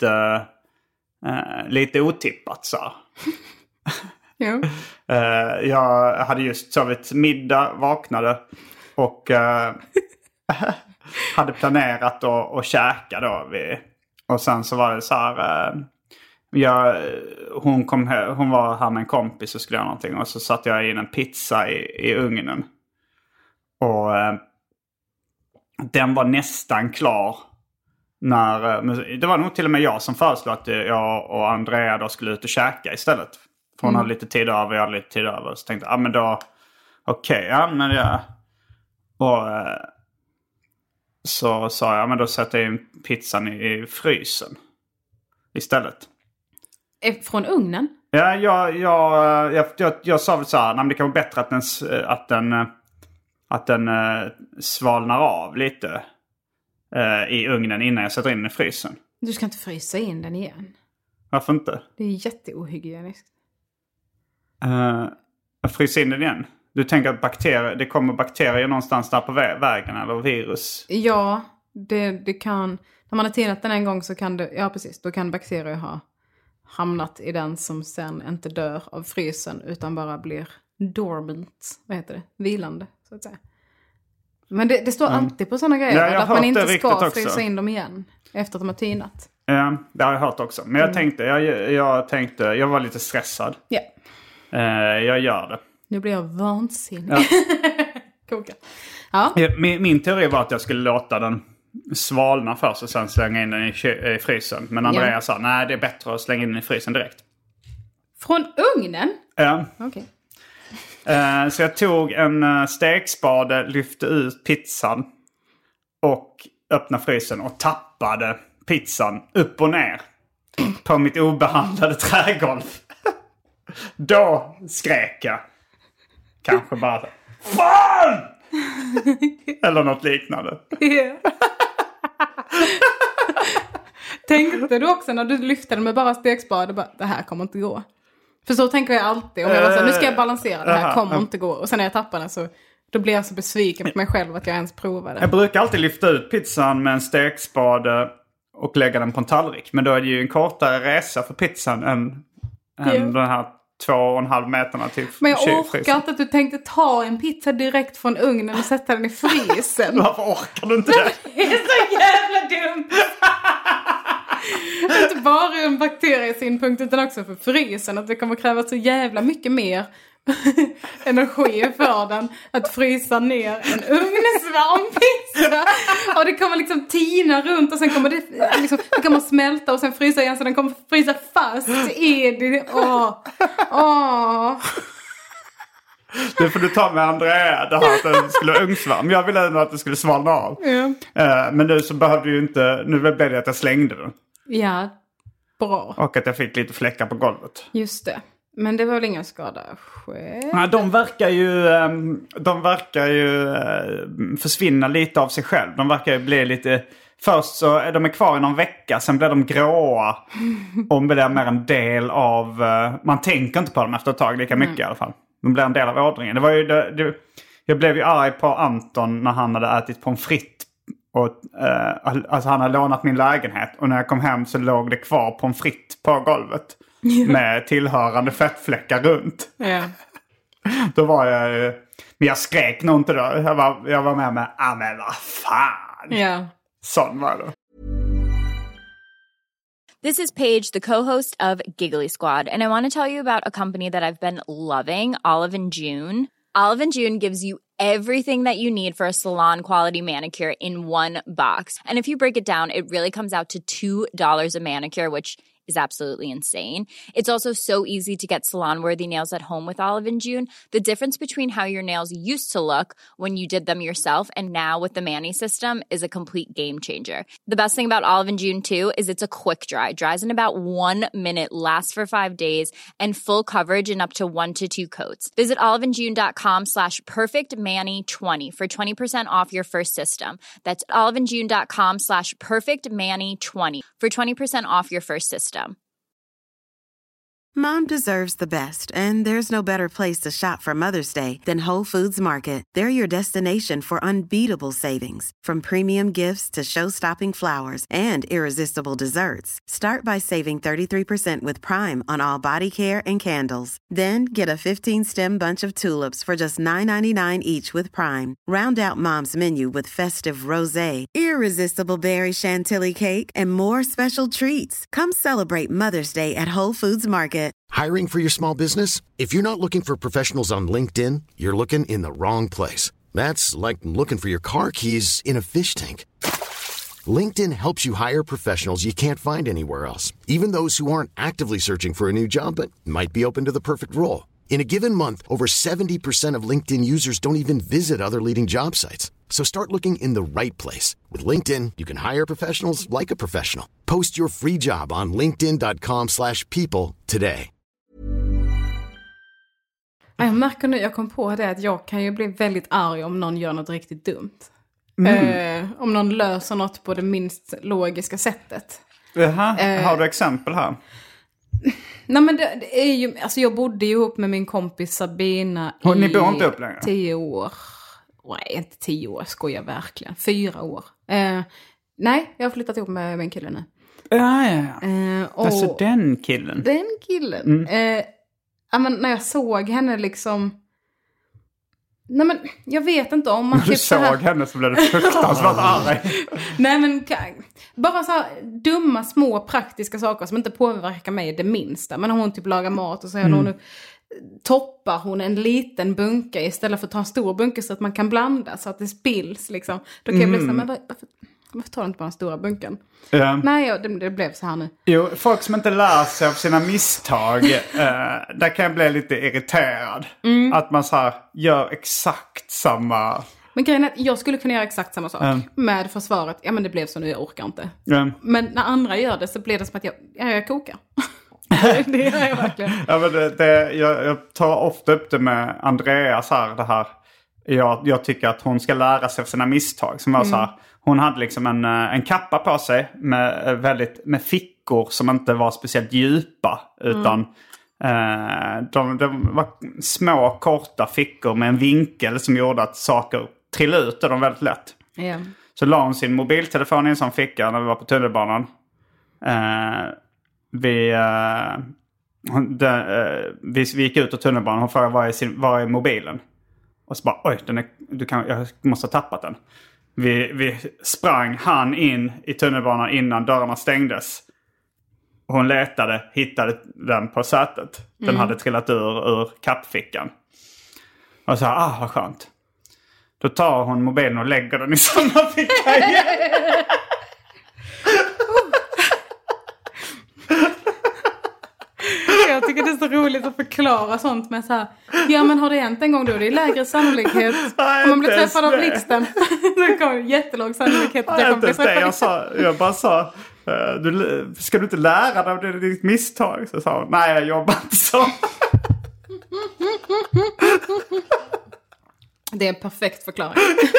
[SPEAKER 3] lite otippat så.
[SPEAKER 4] Ja.
[SPEAKER 3] Jag hade just sovit middag, vaknade och hade planerat att käka då. Och sen så var det så här... hon var här med en kompis och skulle göra någonting. Och så satte jag in en pizza i ugnen. Och den var nästan klar Det var nog till och med jag som föreslog att jag och Andrea då skulle ut och käka istället. För hon hade lite tid över, jag hade lite tid över. Så tänkte jag, men då... Okej, men jag... Och så sa jag, men då sätter jag in pizzan i frysen istället.
[SPEAKER 4] Från ugnen?
[SPEAKER 3] Ja, jag sa väl så här, men det kan vara bättre att den svalnar av lite i ugnen innan jag sätter in den i frysen.
[SPEAKER 4] Du ska inte frysa in den igen.
[SPEAKER 3] Varför inte?
[SPEAKER 4] Det är jätteohygieniskt.
[SPEAKER 3] Frysa in den igen? Du tänker att det kommer bakterier någonstans där på vägen eller virus?
[SPEAKER 4] Ja, det kan... När man har tinat den en gång så kan det... Ja, precis. Då kan bakterier ha hamnat i den som sen inte dör av frysen utan bara blir dormant. Vad heter det? Vilande, så att säga. Men det står alltid på sådana grejer. Att man inte ska frysa in dem igen efter att de har tinat.
[SPEAKER 3] Ja, det har jag hört också. Men jag tänkte, jag var lite stressad.
[SPEAKER 4] Ja.
[SPEAKER 3] Jag gör det.
[SPEAKER 4] Nu blir jag vansinnig.
[SPEAKER 3] Ja.
[SPEAKER 4] Koka. Ja.
[SPEAKER 3] Min teori var att jag skulle låta den svalna först och sen slänga in den i frysen. Men Andrea sa, nej det är bättre att slänga in den i frysen direkt.
[SPEAKER 4] Från ugnen?
[SPEAKER 3] Ja.
[SPEAKER 4] Okej.
[SPEAKER 3] Så jag tog en stekspade, lyfte ut pizzan och öppnade frysen och tappade pizzan upp och ner på mitt obehandlade trägolv. Då skrek jag. Kanske bara så, fan! Eller något liknande.
[SPEAKER 4] Yeah. Tänkte du också när du lyfte den med bara stekspade, det här kommer inte gå? För så tänker jag alltid. Om jag var så, nu ska jag balansera, det här kommer inte gå. Och sen när jag tappar den så då blir jag så besviken på mig själv att jag ens provade.
[SPEAKER 3] Jag brukar alltid lyfta ut pizzan med en stekspade och lägga den på en tallrik. Men då är det ju en kortare resa för pizzan än den här 2,5 meterna till
[SPEAKER 4] men jag orkar inte att du tänkte ta en pizza direkt från ugnen och sätta den i frysen.
[SPEAKER 3] Varför orkar du inte det?
[SPEAKER 4] Det är så jävla dumt. Inte bara en bakteriesynpunkt utan också för frysen. Att det kommer kräva så jävla mycket mer energi för den att frysa ner en ugnsvarm pizza. Och det kommer liksom tina runt och sen kommer det kommer smälta och sen frysa igen så den kommer frysa fast i det.
[SPEAKER 3] Det får du ta med Andrea. Det här att den skulle vara ugnsvarm. Jag ville ändå att det skulle svalna av. Men nu så behövde ju inte... Nu blev det att jag slängde den.
[SPEAKER 4] Ja, bra.
[SPEAKER 3] Och att jag fick lite fläckar på golvet.
[SPEAKER 4] Just det. Men det var väl ingen skada själv?
[SPEAKER 3] Nej, de verkar ju försvinna lite av sig själv. De verkar ju bli lite... Först så är de kvar i någon vecka. Sen blir de gråa. Och blir mer en del av... Man tänker inte på dem efter ett tag lika mycket i alla fall. De blir en del av ådringen. Det var ju jag blev ju arg på Anton när han hade ätit pommes frites. Och, alltså han hade lånat min lägenhet. Och när jag kom hem så låg det kvar pommes frites på golvet. Med tillhörande fettfläckar runt. Då var jag... Men jag skrek nog inte då. Jag var med men vad fan. Sån var det.
[SPEAKER 1] This is Paige, the co-host of Giggly Squad, and I want to tell you about a company that I've been loving, Olive & June. Olive & June gives you everything that you need for a salon-quality manicure in one box. And if you break it down, it really comes out to $2 a manicure, which is absolutely insane. It's also so easy to get salon-worthy nails at home with Olive & June. The difference between how your nails used to look when you did them yourself and now with the Mani system is a complete game changer. The best thing about Olive & June, too, is it's a quick dry. Dries in about 1 minute, lasts for 5 days, and full coverage in up to 1 to 2 coats. Visit oliveandjune.com/perfectmani20 for 20% off your first system. That's oliveandjune.com/perfectmani20 for 20% off your first system.
[SPEAKER 5] Mom deserves the best, and there's no better place to shop for Mother's Day than Whole Foods Market. They're your destination for unbeatable savings, from premium gifts to show-stopping flowers and irresistible desserts. Start by saving 33% with Prime on all body care and candles. Then get a 15-stem bunch of tulips for just $9.99 each with Prime. Round out Mom's menu with festive rosé, irresistible berry chantilly cake, and more special treats. Come celebrate Mother's Day at Whole Foods Market.
[SPEAKER 6] Hiring for your small business? If you're not looking for professionals on LinkedIn, you're looking in the wrong place. That's like looking for your car keys in a fish tank. LinkedIn helps you hire professionals you can't find anywhere else, even those who aren't actively searching for a new job but might be open to the perfect role. In a given month, over 70% of LinkedIn users don't even visit other leading job sites. So start looking in the right place. With LinkedIn, you can hire professionals like a professional. Post your free job on linkedin.com/people today.
[SPEAKER 4] Jag märker nu, jag kom på det, att jag kan ju bli väldigt arg om någon gör något riktigt dumt. Om någon löser något på det minst logiska sättet.
[SPEAKER 3] Har du exempel här?
[SPEAKER 4] Nej, men det är ju, alltså jag bodde ju ihop med min kompis Sabina
[SPEAKER 3] Ni bor inte upp längre?
[SPEAKER 4] 10 år. Nej, inte 10 år, skojar verkligen. 4 år. Nej, jag har flyttat ihop med en kille nu.
[SPEAKER 3] Alltså den killen.
[SPEAKER 4] Den killen. Men när jag såg henne liksom... Nej, men jag vet inte om man...
[SPEAKER 3] När du såg henne så blev det fruktansvärt arg.
[SPEAKER 4] Nej, men bara så här dumma, små, praktiska saker som inte påverkar mig det minsta. Men om hon typ lagar mat och så nu toppar hon en liten bunke istället för att ta en stor bunke så att man kan blanda så att det spills liksom. Då kan jag bli så här, men varför tar du inte bara den stora bunken? Nej, det blev så här nu.
[SPEAKER 3] Jo, folk som inte lär sig av sina misstag, där kan jag bli lite irriterad. Att man så här gör exakt samma...
[SPEAKER 4] Men grejen är att jag skulle kunna göra exakt samma sak med försvaret. Ja, men det blev så nu, jag orkar inte. Men när andra gör det så blir det som att jag kokar. Det gör jag verkligen.
[SPEAKER 3] Ja, men jag tar ofta upp det med Andreas här, det här. Jag tycker att hon ska lära sig av sina misstag. Som var så här, hon hade liksom en kappa på sig med fickor som inte var speciellt djupa. Utan de var små, korta fickor med en vinkel som gjorde att saker trillade ut de väldigt lätt.
[SPEAKER 4] Yeah.
[SPEAKER 3] Så la hon sin mobiltelefon i en sån ficka när vi var på tunnelbanan. Vi gick ut ur tunnelbanan och hon frågade var är mobilen? Och så bara, oj, jag måste ha tappat den. Vi sprang han in i tunnelbanan innan dörrarna stängdes. Hon letade, hittade den på sätet. Den hade trillat ur kappfickan. Och så här, vad skönt. Då tar hon mobilen och lägger den i samma ficka igen.
[SPEAKER 4] Jag tycker det är så roligt att förklara sånt med så här. Ja, men har det hänt en gång då? Det är lägre sannolikhet. Om man blir träffad av blixten. Så kommer det jättelåg sannolikhet att jag kommer bli träffad.
[SPEAKER 3] Jag bara sa, ska du inte lära dig av det ditt misstag? Så sa hon, nej, jag jobbar inte så.
[SPEAKER 4] Det är en perfekt förklaring.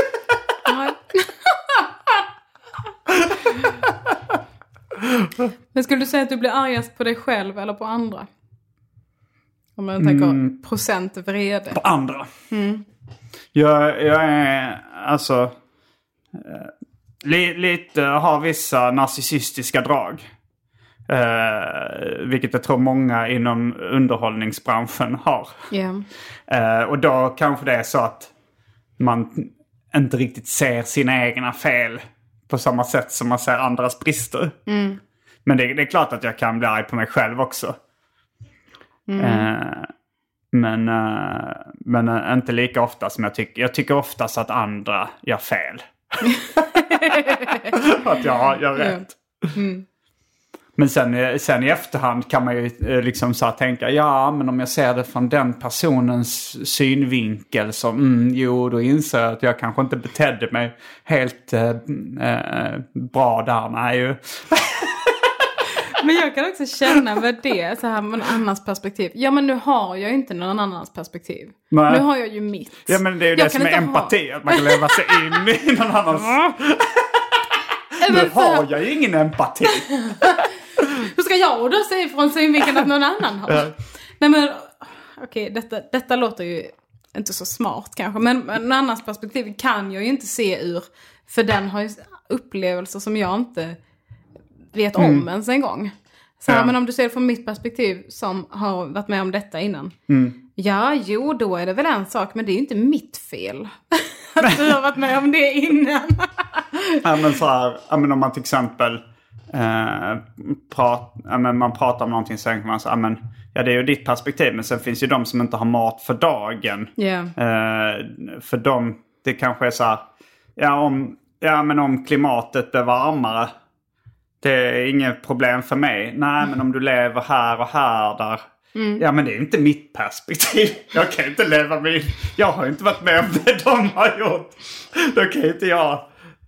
[SPEAKER 4] Men skulle du säga att du blir argast på dig själv eller på andra? Om man tänker procent vrede.
[SPEAKER 3] På andra. Jag är alltså lite har vissa narcissistiska drag. Vilket jag tror många inom underhållningsbranschen har. Och då kanske det är så att man inte riktigt ser sina egna fel på samma sätt som man ser andras brister. Men det är klart att jag kan bli arg på mig själv också. Men inte lika ofta som jag tycker. Jag tycker oftast att andra gör fel. Att jag gör rätt. Men sen i efterhand kan man ju liksom så här tänka, ja, men om jag ser det från den personens synvinkel så då inser jag att jag kanske inte betedde mig helt bra där. Nej ju.
[SPEAKER 4] Men jag kan också känna med det så här med en annans perspektiv. Ja, men nu har jag ju inte någon annans perspektiv.
[SPEAKER 3] Nej.
[SPEAKER 4] Nu har jag ju mitt.
[SPEAKER 3] Ja, men det är ju det som är empati. Att man kan leva sig in i någon annans... Nu har jag ju ingen empati.
[SPEAKER 4] Hur ska jag då säga från synvinkeln att någon annan har? Nej, men okej, detta låter ju inte så smart kanske. Men en annans perspektiv kan jag ju inte se ur. För den har ju upplevelser som jag inte vet om ens en gång. Så här, men om du ser det från mitt perspektiv som har varit med om detta innan. Ja, då är det väl en sak. Men det är ju inte mitt fel att du har varit med om det innan.
[SPEAKER 3] Ja, men så här, men om man till exempel man pratar om någonting så tänker man så det är ju ditt perspektiv. Men sen finns ju de som inte har mat för dagen. För dem, det kanske är så här, Ja, men om klimatet blir varmare, det är inget problem för mig. Nej, men om du lever här och här där. Ja, men det är inte mitt perspektiv. Jag kan inte leva med... Jag har inte varit med om det de har gjort. Då kan inte jag...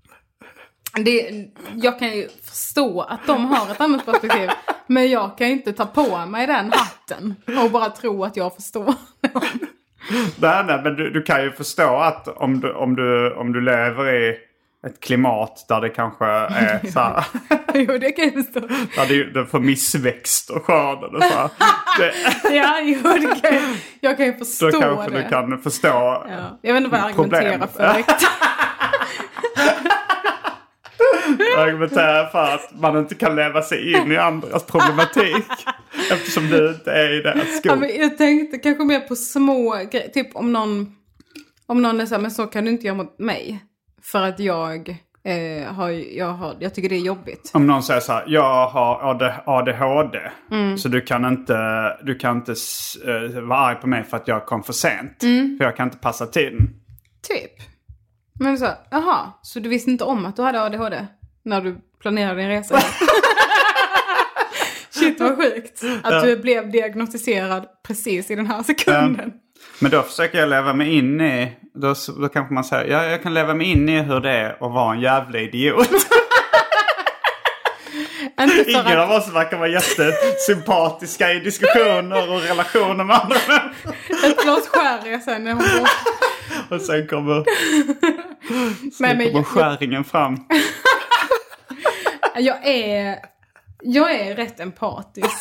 [SPEAKER 4] Jag kan ju förstå att de har ett annat perspektiv. Men jag kan inte ta på mig den hatten och bara tro att jag förstår.
[SPEAKER 3] Nej, men du kan ju förstå att om du lever i ett klimat där det kanske är så här...
[SPEAKER 4] Jo, det kan jag förstå.
[SPEAKER 3] Där det får missväxt och skörden och så här.
[SPEAKER 4] Ja, jo, det kan jag kan ju förstå det.
[SPEAKER 3] Då kanske du kan förstå.
[SPEAKER 4] Ja. Jag vet inte vad jag argumenterar för riktigt.
[SPEAKER 3] Jag argumenterar för att man inte kan leva sig in i andras problematik. Eftersom du inte är i deras skog.
[SPEAKER 4] Ja, men jag tänkte kanske mer på små grejer. Typ om någon är så här, men så kan du inte göra mot mig. För att jag tycker det är jobbigt.
[SPEAKER 3] Om någon säger så här, jag har ADHD. Så du kan inte vara arg på mig för att jag kom för sent. För jag kan inte passa tiden.
[SPEAKER 4] Typ. Men så, jaha, så du visste inte om att du hade ADHD när du planerade din resa? Shit, vad sjukt. Att du blev diagnostiserad precis i den här sekunden.
[SPEAKER 3] Men då försöker jag leva mig in i... Då kanske man säger, jag kan leva mig in i hur det är att vara en jävla idiot. Ingen av oss verkar vara jättesympatiska i diskussioner och relationer med andra människor.
[SPEAKER 4] Ett glas skäriga sen när hon går.
[SPEAKER 3] Och sen kommer skäringen fram.
[SPEAKER 4] Jag är rätt empatisk.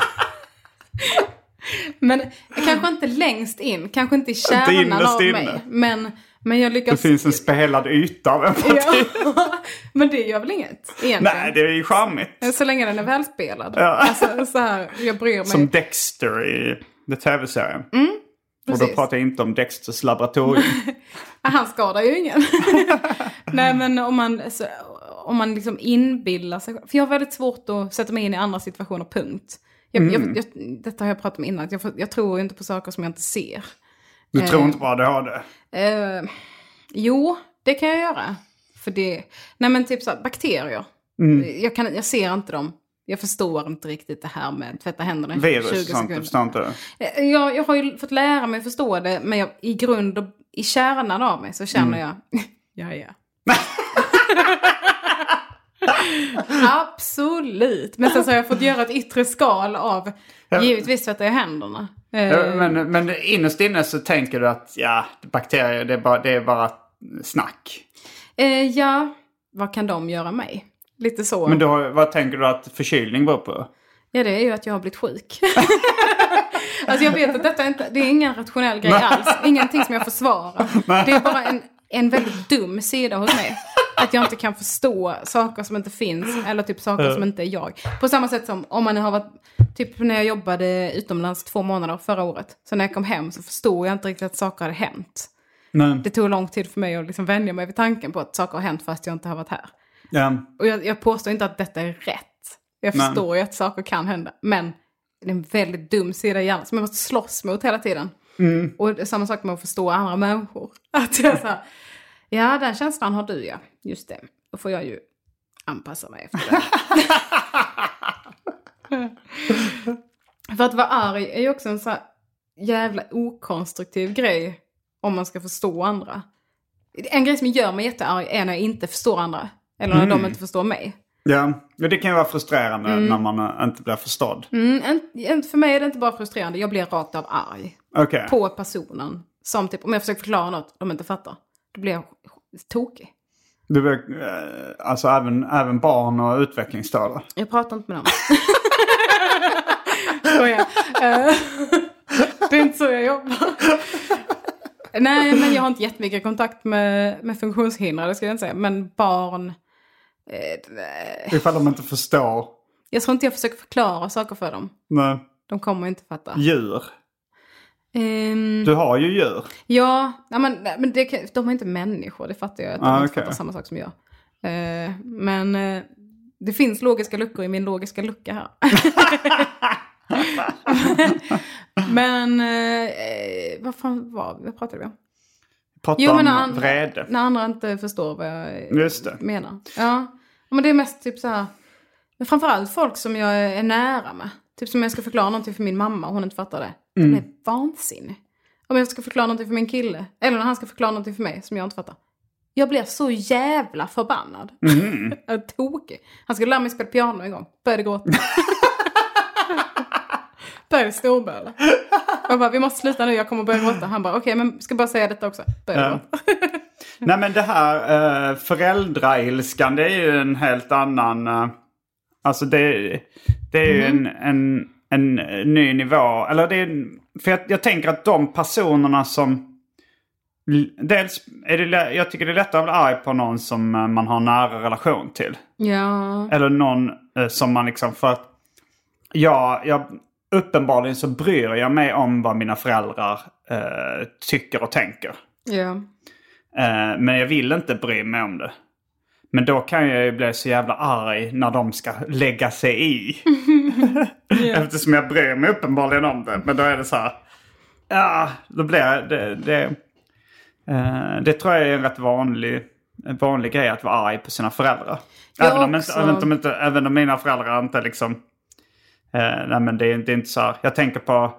[SPEAKER 4] Men kanske inte längst in. Kanske inte i kärnan av mig. Men jag lyckas...
[SPEAKER 3] Det finns en spelad yta av empati.
[SPEAKER 4] Ja, men det gör väl inget egentligen.
[SPEAKER 3] Nej, det är ju charmigt.
[SPEAKER 4] Så länge den är välspelad.
[SPEAKER 3] Ja.
[SPEAKER 4] Alltså, så här, jag bryr mig.
[SPEAKER 3] Som Dexter i tv-serien. Och då pratar jag inte om Dexters laboratorium.
[SPEAKER 4] Han skadar ju ingen. Nej, men om man liksom inbillar sig. För jag har väldigt svårt att sätta mig in i andra situationer, punkt. Detta har jag pratat om innan. Jag tror inte på saker som jag inte ser.
[SPEAKER 3] Du tror inte på ADHD?
[SPEAKER 4] Jo, det kan jag göra. För det... Nej, men typ så här, bakterier. Jag ser inte dem. Jag förstår inte riktigt det här med tvätta händerna i 20 sekunder.
[SPEAKER 3] Förstår inte.
[SPEAKER 4] Jag har ju fått lära mig förstå det. Men i grund och i kärnan av mig så känner jag... Ja. Absolut. Men sen så har jag fått göra ett yttre skal av givetvis tvätta jag händerna.
[SPEAKER 3] Men innerst inne så tänker du att bakterier det är bara snack.
[SPEAKER 4] Ja, vad kan de göra mig? Lite så.
[SPEAKER 3] Men vad tänker du att förkylning beror på?
[SPEAKER 4] Ja, det är ju att jag har blivit sjuk. Alltså jag vet att det är ingen rationell grej alls. Ingenting som jag försvarar. Det är bara en väldigt dum sida hos mig. Att jag inte kan förstå saker som inte finns. Eller typ saker som inte är jag. På samma sätt som om man har varit... Typ när jag jobbade utomlands 2 månader förra året. Så när jag kom hem så förstod jag inte riktigt att saker hade hänt. Nej. Det tog lång tid för mig att liksom vänja mig vid tanken på att saker har hänt fast jag inte har varit här. Ja. Och jag påstår inte att detta är rätt. Jag förstår ju att saker kan hända. Men det är en väldigt dum sida i hjärnan som jag måste slåss mot hela tiden. Och det är samma sak med att förstå andra människor. Att jag så här, ja, den känslan har du, ja. Just det. Då får jag ju anpassa mig efter det. För att vara arg är ju också en så här jävla okonstruktiv grej om man ska förstå andra. En grej som gör mig jättearg är när jag inte förstår andra. Eller när de inte förstår mig. Ja,
[SPEAKER 3] det kan ju vara frustrerande när man inte blir förstådd.
[SPEAKER 4] För mig är det inte bara frustrerande. Jag blir rakt av arg. På personen. Som typ, om jag försöker förklara något de inte fattar. Då blir jag tokig.
[SPEAKER 3] Du blir, alltså även barn och utvecklingsstörda?
[SPEAKER 4] Jag pratar inte med dem. Det är inte så jag jobbar. Nej, men jag har inte jättemycket kontakt med funktionshindrade, ska jag inte säga. Men barn...
[SPEAKER 3] Ifall de inte förstår.
[SPEAKER 4] Jag tror inte jag försöker förklara saker för dem.
[SPEAKER 3] Nej.
[SPEAKER 4] De kommer inte fatta.
[SPEAKER 3] Djur? Du har ju djur.
[SPEAKER 4] Ja, men de är inte människor. Det fattar jag. Att de inte fattar samma sak som jag. Men det finns logiska luckor i min logiska lucka här. Men vad pratade vi om?
[SPEAKER 3] prata om vrede.
[SPEAKER 4] När andra inte förstår vad jag menar. Ja, men det är mest typ så här. Men framförallt folk som jag är nära med. Typ som jag ska förklara någonting för min mamma och hon inte fattar det. Det är vansinnig. Om jag ska förklara någonting för min kille. Eller när han ska förklara någonting för mig som jag inte fattar. Jag blir så jävla förbannad. Jag är tokig. Han skulle lära mig spela piano en gång. Började gråta. Började storböla. Jag bara, vi måste sluta nu, jag kommer börja gråta. Han bara, okej, men ska bara säga detta också. Började gråta.
[SPEAKER 3] Nej, men det här föräldrailskan, det är ju en helt annan... alltså det är ju en ny nivå. Eller det är, för jag tänker att de personerna som... Dels är det, jag tycker det är lättare att bli arg på någon som man har en nära relation till.
[SPEAKER 4] Ja.
[SPEAKER 3] Eller någon som man liksom... För att jag uppenbarligen så bryr jag mig om vad mina föräldrar tycker och tänker.
[SPEAKER 4] Ja.
[SPEAKER 3] Men jag vill inte bry mig om det. Men då kan jag ju bli så jävla arg när de ska lägga sig i. Yeah. Eftersom jag bryr mig uppenbarligen om det. Men då är det så här... Ja, då blir det tror jag är en rätt vanlig grej att vara arg på sina föräldrar. Även om mina föräldrar inte liksom... nej, men det är inte så här. Jag tänker på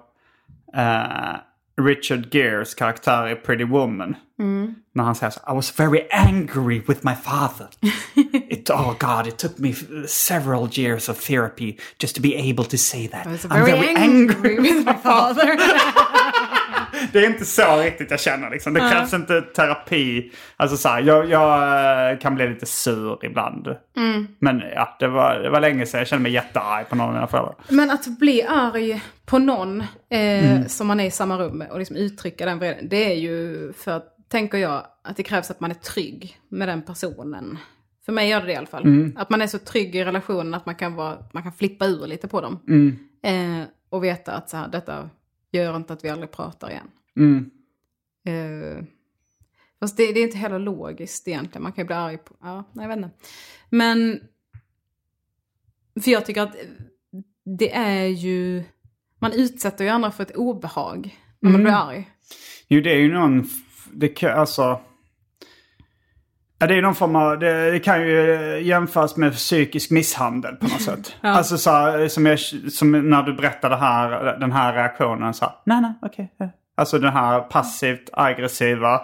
[SPEAKER 3] Richard Gere's karaktär i Pretty Woman. När han säger så, I was very angry with my father. It took me several years of therapy just to be able to say that.
[SPEAKER 4] I was very angry with my father.
[SPEAKER 3] Det är inte så riktigt jag känner liksom. Det krävs inte terapi. Alltså så här, jag kan bli lite sur ibland. Men ja, det var länge sedan jag kände mig jättearg på någon av mina föräldrar.
[SPEAKER 4] Men att bli arg på någon som man är i samma rum med och liksom uttrycka den vreden, det är ju för att, tänker jag, att det krävs att man är trygg med den personen. För mig gör det i alla fall. Att man är så trygg i relationen att man kan flippa ur lite på dem. Och veta att så här, detta gör inte att vi aldrig pratar igen. Fast det är inte heller logiskt egentligen. Man kan ju bli arg på... Ja, nej, jag vet inte. Men... För jag tycker att det är ju... Man utsätter ju andra för ett obehag när man blir arg.
[SPEAKER 3] Jo, det är ju någon... Alltså... Ja, det är någon form av... Det kan ju jämföras med psykisk misshandel på något sätt. Ja. Alltså så här, som när du berättade den här reaktionen så här, nej, okej. Alltså den här passivt aggressiva.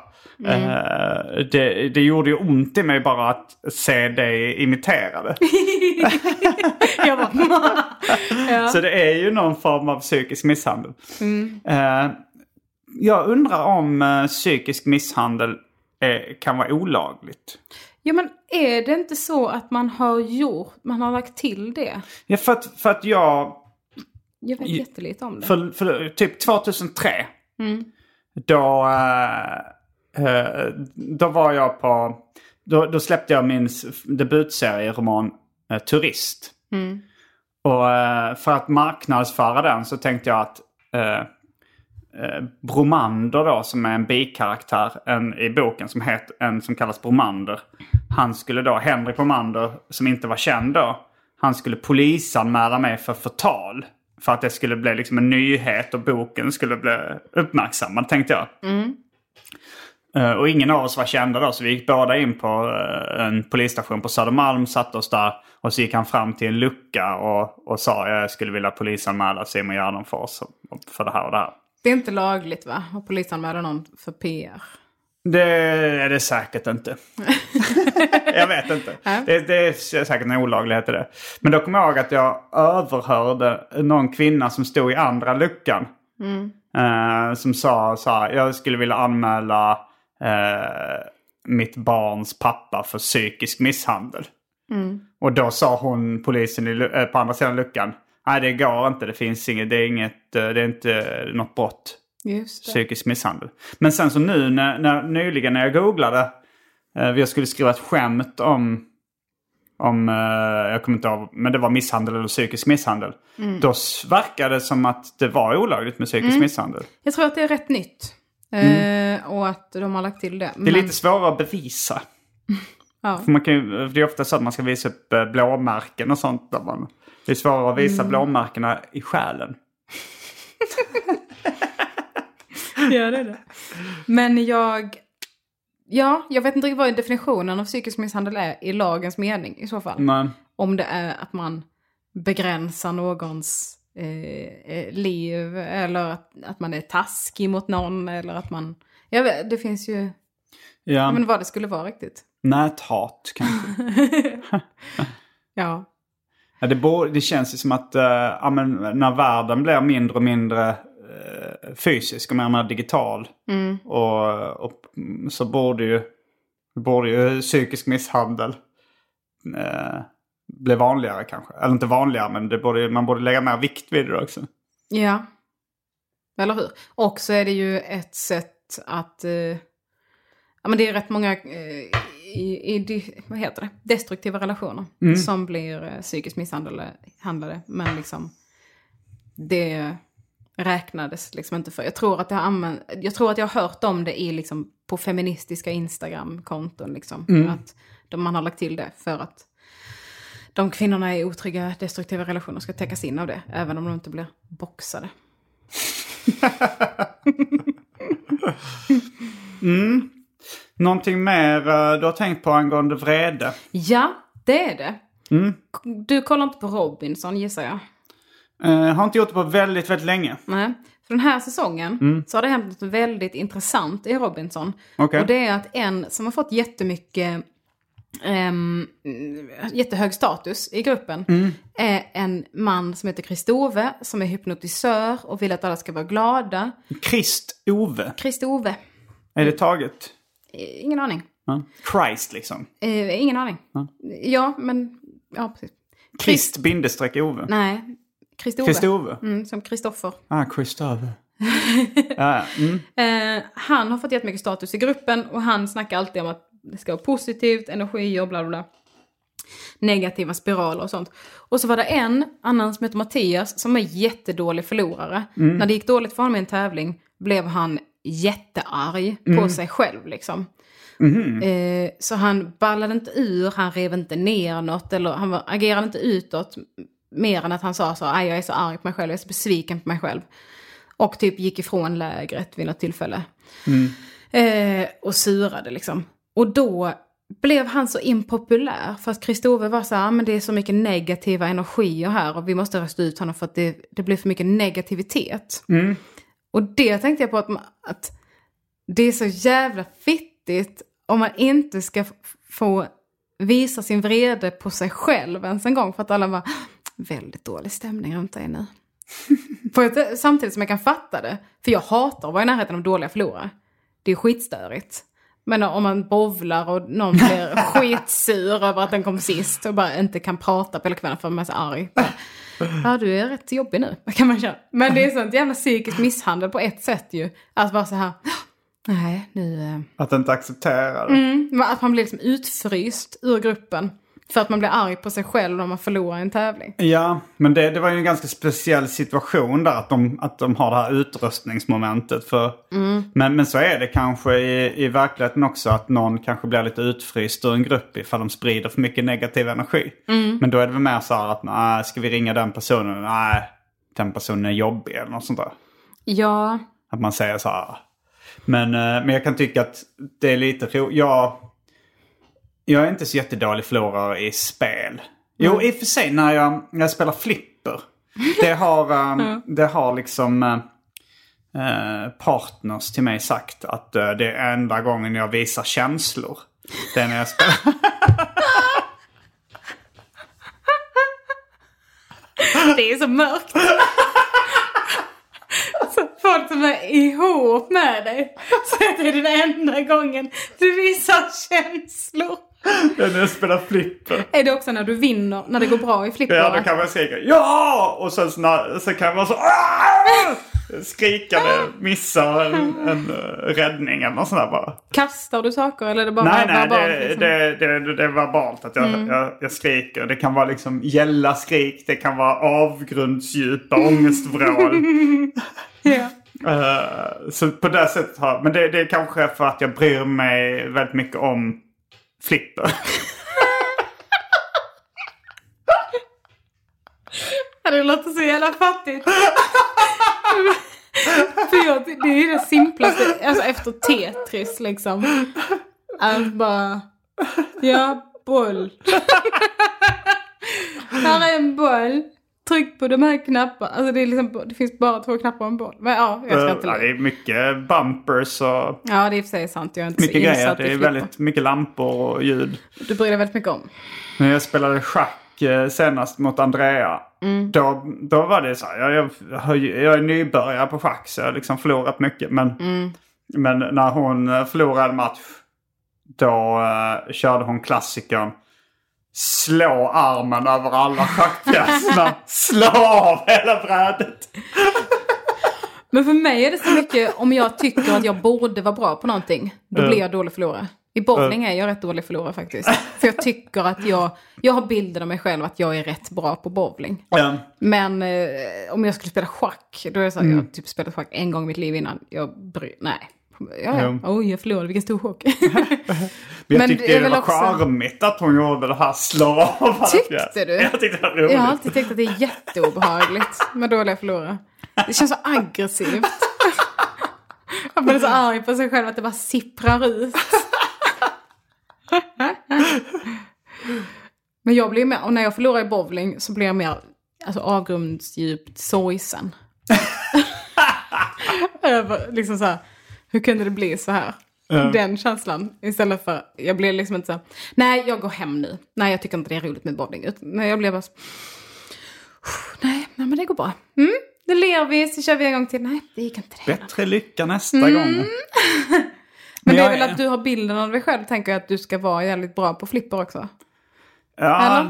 [SPEAKER 3] Det gjorde ju ont i mig bara att se dig imitera det.
[SPEAKER 4] Jag bara, ja.
[SPEAKER 3] Så det är ju någon form av psykisk misshandel. Jag undrar om psykisk misshandel kan vara olagligt.
[SPEAKER 4] Ja, men är det inte så att man har lagt till det?
[SPEAKER 3] Ja, för att jag
[SPEAKER 4] vet jättelite om det.
[SPEAKER 3] För typ 2003 då var jag på... Då släppte jag min debutserieroman Turist. Och för att marknadsföra den så tänkte jag att Bromander då, som är en bikaraktär i boken som kallas Bromander. Han skulle då, Henrik Bromander, som inte var känd då, han skulle polisanmäla mig för förtal. För att det skulle bli liksom en nyhet och boken skulle bli uppmärksammad, tänkte jag. Och ingen av oss var kända då, så vi gick båda in på en polisstation på Södermalm, satte oss där och så gick han fram till en lucka och sa jag skulle vilja polisanmäla Simon Gärdenfors för det här och det här.
[SPEAKER 4] Det är inte lagligt, va? Att polisanmäla någon för PR.
[SPEAKER 3] Det är det säkert inte. Jag vet inte. Det är säkert en olaglighet i det. Men då kommer jag ihåg att jag överhörde någon kvinna som stod i andra luckan. Som sa så här, jag skulle vilja anmäla mitt barns pappa för psykisk misshandel. Och då sa hon, polisen på andra sidan luckan, nej, det går inte, det finns inget, det är inte något brott.
[SPEAKER 4] Just det.
[SPEAKER 3] Psykisk misshandel. Men sen så nu nyligen när jag googlade, jag skulle skriva ett skämt om jag kommer inte ihåg, men det var misshandel eller psykisk misshandel. Då verkade det som att det var olagligt med psykisk misshandel. Jag
[SPEAKER 4] tror att det är rätt nytt. Och att de har lagt till det.
[SPEAKER 3] Det är lite svårare att bevisa.
[SPEAKER 4] Ja.
[SPEAKER 3] För det är ofta så att man ska visa upp blåmärken och sånt. Det är svårare att visa blåmärkena i själen.
[SPEAKER 4] Ja, det är det. Men Ja, jag vet inte riktigt vad definitionen av psykisk misshandel är i lagens mening i så fall.
[SPEAKER 3] Nej.
[SPEAKER 4] Om det är att man begränsar någons liv eller att man är taskig mot någon eller att man... Jag vet, det finns ju...
[SPEAKER 3] Ja.
[SPEAKER 4] Men vad det skulle vara riktigt.
[SPEAKER 3] Näthat kanske.
[SPEAKER 4] Ja.
[SPEAKER 3] Ja, det känns ju som att när världen blir mindre och mindre fysisk och mer digital och så borde ju psykisk misshandel bli vanligare kanske. Eller inte vanligare, men man borde lägga mer vikt vid det också.
[SPEAKER 4] Ja. Eller hur? Och så är det ju ett sätt att... men det är rätt många vad heter det? Destruktiva relationer som blir psykiskt misshandlade. Men liksom det räknades liksom inte för. Jag tror att jag har hört om det i liksom på feministiska Instagram-konton liksom. Att man har lagt till det för att de kvinnorna i otrygga destruktiva relationer ska täckas in av det. Även om de inte blir boxade.
[SPEAKER 3] Någonting mer du har tänkt på angående vrede?
[SPEAKER 4] Ja, det är det. Du kollar inte på Robinson, gissar jag.
[SPEAKER 3] Har inte gjort det på väldigt, väldigt länge.
[SPEAKER 4] Nej, för den här säsongen så har det hänt något väldigt intressant i Robinson.
[SPEAKER 3] Okay.
[SPEAKER 4] Och det är att en som har fått jättehög status i gruppen är en man som heter Kristove, som är hypnotisör och vill att alla ska vara glada. Kristove. Är
[SPEAKER 3] det taget?
[SPEAKER 4] Ingen aning.
[SPEAKER 3] Christ liksom?
[SPEAKER 4] Ingen aning. Ja, men... Ja, precis.
[SPEAKER 3] Krist-Ove?
[SPEAKER 4] Nej, Kristove. Som Kristoffer.
[SPEAKER 3] Kristove.
[SPEAKER 4] Han har fått jättemycket status i gruppen och han snackar alltid om att det ska vara positivt, energi och bla bla bla. Negativa spiraler och sånt. Och så var det en annan som heter Mattias som är jättedålig förlorare. När det gick dåligt för honom i en tävling blev han jättearg på sig själv liksom. Så han ballade inte ur, han rev inte ner något eller han agerade inte utåt mer än att han sa så, jag är så arg på mig själv, jag är så besviken på mig själv. Och typ gick ifrån lägret vid något tillfälle. Och surade liksom. Och då blev han så impopulär. Fast Kristove var så här, men det är så mycket negativa energier här. Och vi måste rösta ut honom för att det blir för mycket negativitet. Och det tänkte jag på att det är så jävla fittigt om man inte ska få visa sin vrede på sig själv ens en gång. För att alla var väldigt dålig stämning runt dig nu. Samtidigt som jag kan fatta det. För jag hatar att vara i närheten av dåliga förlorare. Det är skitstörigt. Men om man bovlar och någon blir skitsur över att den kom sist och bara inte kan prata på hela kvällen för att man är så arg. Ja, du är rätt jobbig nu, kan man köra. Men det är sånt jävla psykisk misshandel på ett sätt ju. Att vara så här, nej, nu...
[SPEAKER 3] Att inte acceptera det.
[SPEAKER 4] Att man blir liksom utfryst ur gruppen. För att man blir arg på sig själv när man förlorar en tävling.
[SPEAKER 3] Ja, men det var ju en ganska speciell situation där. Att de har det här utröstningsmomentet. Men så är det kanske i verkligheten också. Att någon kanske blir lite utfryst ur en grupp ifall de sprider för mycket negativ energi. Men då är det väl mer så här att nej, ska vi ringa den personen? Nej, den personen är jobbig eller något sånt där.
[SPEAKER 4] Ja.
[SPEAKER 3] Att man säger så här. Men jag kan tycka att det är lite roligt. Jag är inte så jättedålig förlorare i spel. Jo, i och för sig när jag spelar flipper. Det har liksom partners till mig sagt att det är enda gången jag visar känslor. Det är när jag spelar.
[SPEAKER 4] Det är så mörkt. Så folk som är ihop med dig. Så det är den enda gången du visar känslor.
[SPEAKER 3] Det är när jag spelar flipper.
[SPEAKER 4] Är det också när du vinner, när det går bra i flipper?
[SPEAKER 3] Ja, då kan man skrika ja! Och sen så kan man så skrika det, missa en räddning eller något sånt där bara.
[SPEAKER 4] Kastar du saker eller är det bara
[SPEAKER 3] verbalt?
[SPEAKER 4] Nej, liksom?
[SPEAKER 3] det är verbalt att jag skriker. Det kan vara liksom gälla skrik, det kan vara avgrundsdjupa ångestvrål.
[SPEAKER 4] Ja.
[SPEAKER 3] Så på det sättet men det är kanske för att jag bryr mig väldigt mycket om flipper.
[SPEAKER 4] Det låter så jävla fattigt. För det är det simplaste, alltså efter Tetris liksom. Alltså bara... Ja, boll. Här är en boll. Tryck på de här knapparna. Alltså det är liksom, det finns bara 2 knappar och en boll. Men ja, jag ska inte lägga.
[SPEAKER 3] Det är mycket bumpers och...
[SPEAKER 4] Ja, det är i och för sig sant. Jag är inte
[SPEAKER 3] mycket
[SPEAKER 4] så
[SPEAKER 3] grejer.
[SPEAKER 4] insatt
[SPEAKER 3] Det är väldigt mycket lampor och ljud.
[SPEAKER 4] Du bryr dig väldigt mycket om.
[SPEAKER 3] När jag spelade schack senast mot Andrea. Då var det så här. Jag är nybörjare på schack så jag har liksom förlorat mycket. Men när hon förlorade match. Då körde hon klassikern. Slå armen över alla schackpjäserna. Slå av hela brädet.
[SPEAKER 4] Men för mig är det så mycket, om jag tycker att jag borde vara bra på någonting, då blir jag dålig förlorare. I bowling är jag rätt dålig förlorare faktiskt. För jag tycker att jag har bilden av mig själv att jag är rätt bra på bowling. Men om jag skulle spela schack, då är det så här, jag har typ spelat schack en gång i mitt liv innan. Nej. Jag förlorade, vilken stor chock.
[SPEAKER 3] Men jag tyckte det var charmigt att hon gjorde det här slav.
[SPEAKER 4] Tyckte du?
[SPEAKER 3] Jag tyckte det var roligt.
[SPEAKER 4] Jag har alltid tyckt att det är jätteobehagligt med dåliga förlorare. Det känns så aggressivt. Jag blir så arg på sig själv att det bara sipprar ut. Men jag blir mer, och när jag förlorar i bowling så blir jag mer avgrundsdjupt sorgsen. Liksom så här, hur kunde det bli så här? Den känslan. Istället för, jag blir liksom inte så här, nej jag går hem nu. Nej jag tycker inte det är roligt med bowling. Nej jag blir bara, nej men det går bra. Nu ler vi, så kör vi en gång till. Nej det gick inte det.
[SPEAKER 3] Bättre lycka nästa gång.
[SPEAKER 4] Men det är väl att du har bilden av dig själv, tänker jag att du ska vara jävligt bra på flipper också.
[SPEAKER 3] Ja,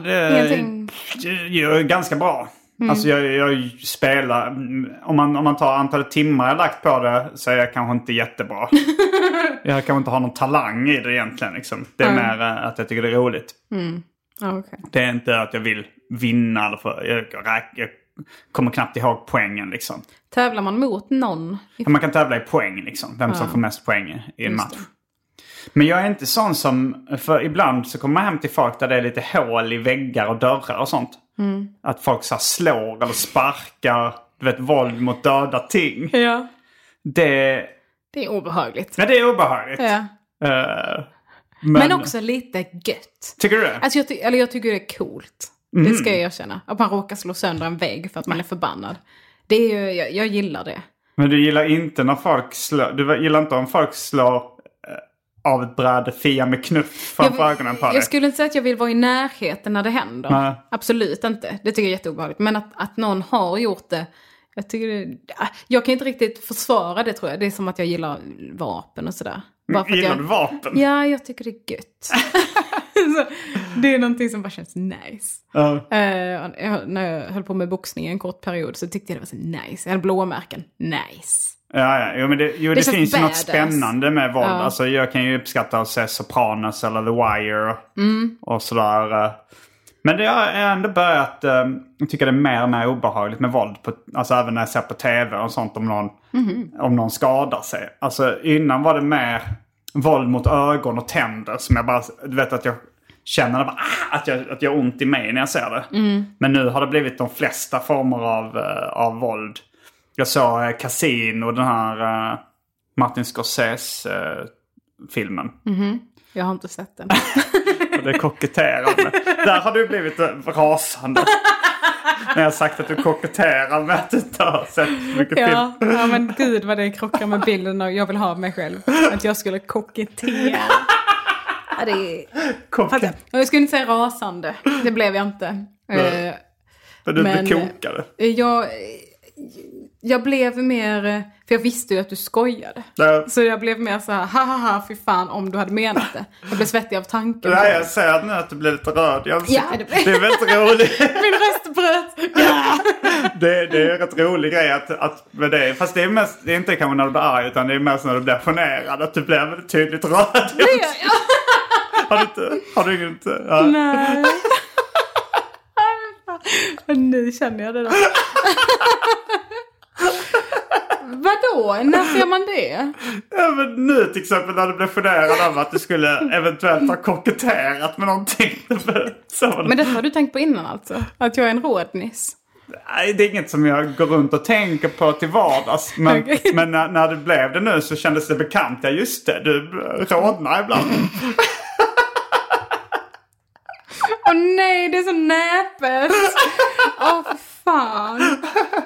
[SPEAKER 3] jag är ganska bra. Alltså jag spelar, om man tar antalet timmar jag lagt på det så är jag kanske inte jättebra. Jag kanske inte har någon talang i det egentligen liksom. Det är mer att jag tycker det är roligt.
[SPEAKER 4] Okay.
[SPEAKER 3] Det är inte att jag vill vinna eller jag kommer knappt ihåg poängen liksom.
[SPEAKER 4] Tävlar man mot någon?
[SPEAKER 3] Man kan tävla i poäng liksom. Vem som får mest poäng i en match. Men jag är inte sån som, för ibland så kommer man hem till folk där det är lite hål i väggar och dörrar och sånt. Att folk så här slår eller sparkar, du vet, våld mot döda ting.
[SPEAKER 4] Ja.
[SPEAKER 3] Det
[SPEAKER 4] är obehagligt.
[SPEAKER 3] Ja, det är obehagligt.
[SPEAKER 4] Ja. Men också lite gött.
[SPEAKER 3] Tycker du det?
[SPEAKER 4] Alltså jag tycker det är coolt. Det ska jag erkänna. Att man råkar slå sönder en vägg för att man är förbannad. Det är ju, jag gillar det.
[SPEAKER 3] Men du gillar inte när folk slår, du gillar inte om folk slår av ett bräde fia med knuff framför ögonen på dig?
[SPEAKER 4] Jag skulle inte säga att jag vill vara i närheten när det händer. Nej. Absolut inte. Det tycker jag är jätteobehagligt. Men att någon har gjort det, jag kan inte riktigt försvara det, tror jag. Det är som att jag gillar vapen och sådär.
[SPEAKER 3] Gillar du vapen?
[SPEAKER 4] Ja, jag tycker det är gött. Så, det är någonting som bara känns nice. När jag höll på med boxning i en kort period så tyckte jag det var så nice. Jag hade blåmärken. Nice.
[SPEAKER 3] Ja. Men det finns ju något spännande med våld. Alltså, jag kan ju uppskatta att se Sopranos eller The Wire och sådär. Men det har ändå börjat tycka det är mer och mer obehagligt med våld. Alltså även när jag ser på tv och sånt om någon skadar sig. Alltså innan var det mer våld mot ögon och tänder som jag bara, du vet att jag känner bara, att jag har ont i mig när jag ser det. Men nu har det blivit de flesta former av våld. Jag såg Casino, den här Martin Scorsese-filmen.
[SPEAKER 4] Jag har inte sett den.
[SPEAKER 3] Och det är koketterande. Där har du blivit rasande. När jag har sagt att du koketterar med att du inte har sett mycket film.
[SPEAKER 4] Ja, men gud vad det krockar med bilden och jag vill ha mig själv. Att jag skulle kokettera. Ja, jag skulle inte säga rasande. Det blev jag inte.
[SPEAKER 3] Men du kokade.
[SPEAKER 4] Jag blev mer, för jag visste ju att du skojade. Så jag blev mer så här, haha, fy fan, om du hade menat det. Jag blev svettig av tanken.
[SPEAKER 3] Nej, jag säger nu att du blev lite röd. Det är väldigt roligt.
[SPEAKER 4] Min röst bröt. Ja.
[SPEAKER 3] Det är en rätt rolig grej att med det. Fast det är inte kanske när du blir arg, utan det är mest när du blir generad. Att du blir väldigt tydligt röd. Har du inget? Ja.
[SPEAKER 4] Nej. Nu känner jag det då. Vadå? När ser man det?
[SPEAKER 3] Ja, men nu till exempel när du blev funderad av att du skulle eventuellt ha koketterat med någonting.
[SPEAKER 4] Men det har du tänkt på innan alltså? Att jag är en rådnis?
[SPEAKER 3] Nej, det är inget som jag går runt och tänker på till vardags. Men,
[SPEAKER 4] Okay.
[SPEAKER 3] men när det blev det nu så kändes det bekant. Ja, just det. Du rodnar ibland.
[SPEAKER 4] Åh nej, det är så näpet. Åh, för fan.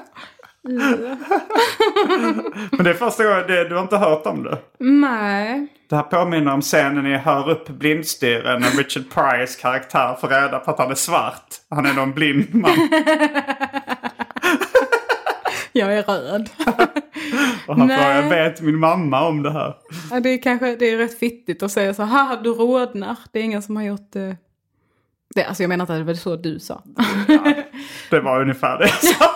[SPEAKER 3] Men det är första gången du har inte hört om det.
[SPEAKER 4] Nej.
[SPEAKER 3] Det här påminner om scenen i Hör upp blindstyren när Richard Pryor's karaktär får reda på att han är svart. Han är någon blind man.
[SPEAKER 4] Jag är röd.
[SPEAKER 3] Och han frågar, vet min mamma om det här?
[SPEAKER 4] Ja, det är rätt fittigt att säga så här, du rodnar. Det är ingen som har gjort det. Alltså jag menar inte att det var så du sa.
[SPEAKER 3] Ja, det var ungefär det.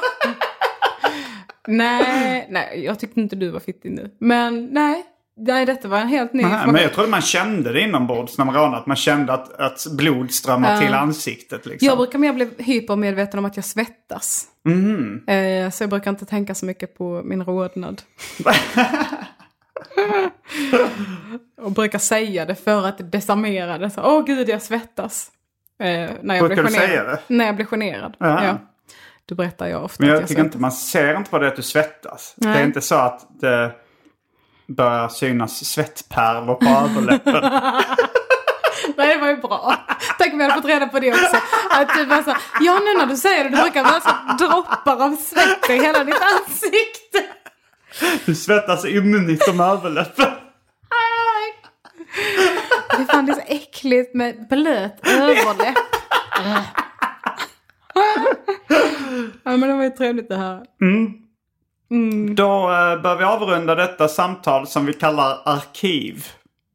[SPEAKER 4] Nej, jag tyckte inte du var fittig nu. Men nej, detta var en helt ny information.
[SPEAKER 3] Men jag trodde man kände det inombords när man rånade. Att man kände att blod strömmar till ansiktet. Liksom.
[SPEAKER 4] Jag brukar mer bli hypermedveten om att jag svettas. Så jag brukar inte tänka så mycket på min rodnad. Och brukar säga det för att desarmera det. Åh gud, jag svettas. När jag blir generad.
[SPEAKER 3] Säga det?
[SPEAKER 4] När jag blir generad. Ja. Då berättar jag ofta.
[SPEAKER 3] Men jag
[SPEAKER 4] att
[SPEAKER 3] tycker inte, man ser inte på det att du svettas.
[SPEAKER 4] Nej.
[SPEAKER 3] Det är inte så att det börjar synas svettpärlor på överläppen.
[SPEAKER 4] Nej, det var ju bra. Tänk om jag hade fått reda på det också. Att du bara så, ja nu när du säger det, du brukar vara så droppar av svett i hela ditt ansikte.
[SPEAKER 3] Du svettas ymnigt om överläppen.
[SPEAKER 4] Det är fan, det är så äckligt med blöt överläpp. Ja, men det var ju trevligt det här.
[SPEAKER 3] Då bör vi avrunda detta samtal som vi kallar arkiv.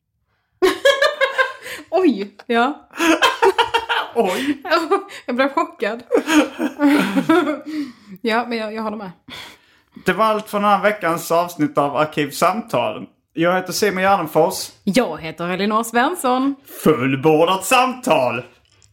[SPEAKER 4] Oj, ja.
[SPEAKER 3] Oj.
[SPEAKER 4] Jag blev chockad. Ja, men jag håller med.
[SPEAKER 3] Det var allt för den här veckans avsnitt av Arkivsamtal. Jag heter Simon Gärdenfors.
[SPEAKER 4] Jag heter Elinor Svensson.
[SPEAKER 3] Fullbordat samtal!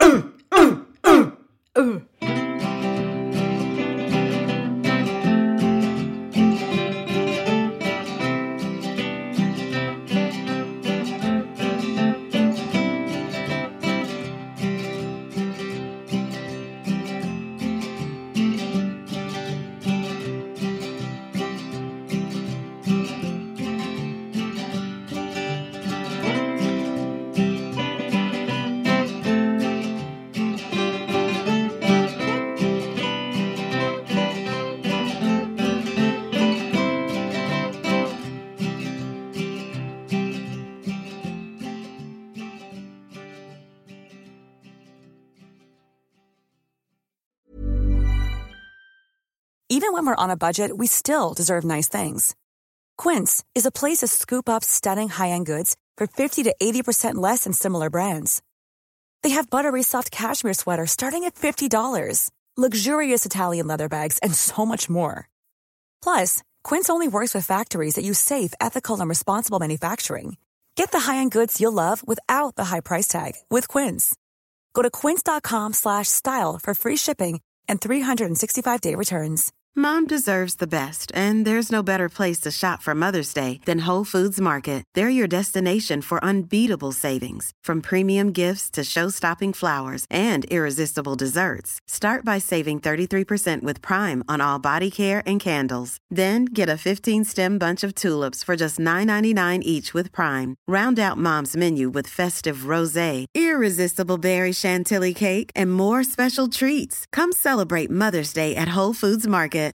[SPEAKER 2] Even when we're on a budget, we still deserve nice things. Quince is a place to scoop up stunning high-end goods for 50 to 80% less than similar brands. They have buttery soft cashmere sweaters starting at $50, luxurious Italian leather bags, and so much more. Plus, Quince only works with factories that use safe, ethical, and responsible manufacturing. Get the high-end goods you'll love without the high price tag with Quince. Go to quince.com/style for free shipping and 365-day returns.
[SPEAKER 5] Mom deserves the best, and there's no better place to shop for Mother's Day than Whole Foods Market. They're your destination for unbeatable savings, from premium gifts to show-stopping flowers and irresistible desserts. Start by saving 33% with Prime on all body care and candles. Then get a 15-stem bunch of tulips for just $9.99 each with Prime. Round out Mom's menu with festive rosé, irresistible berry chantilly cake, and more special treats. Come celebrate Mother's Day at Whole Foods Market.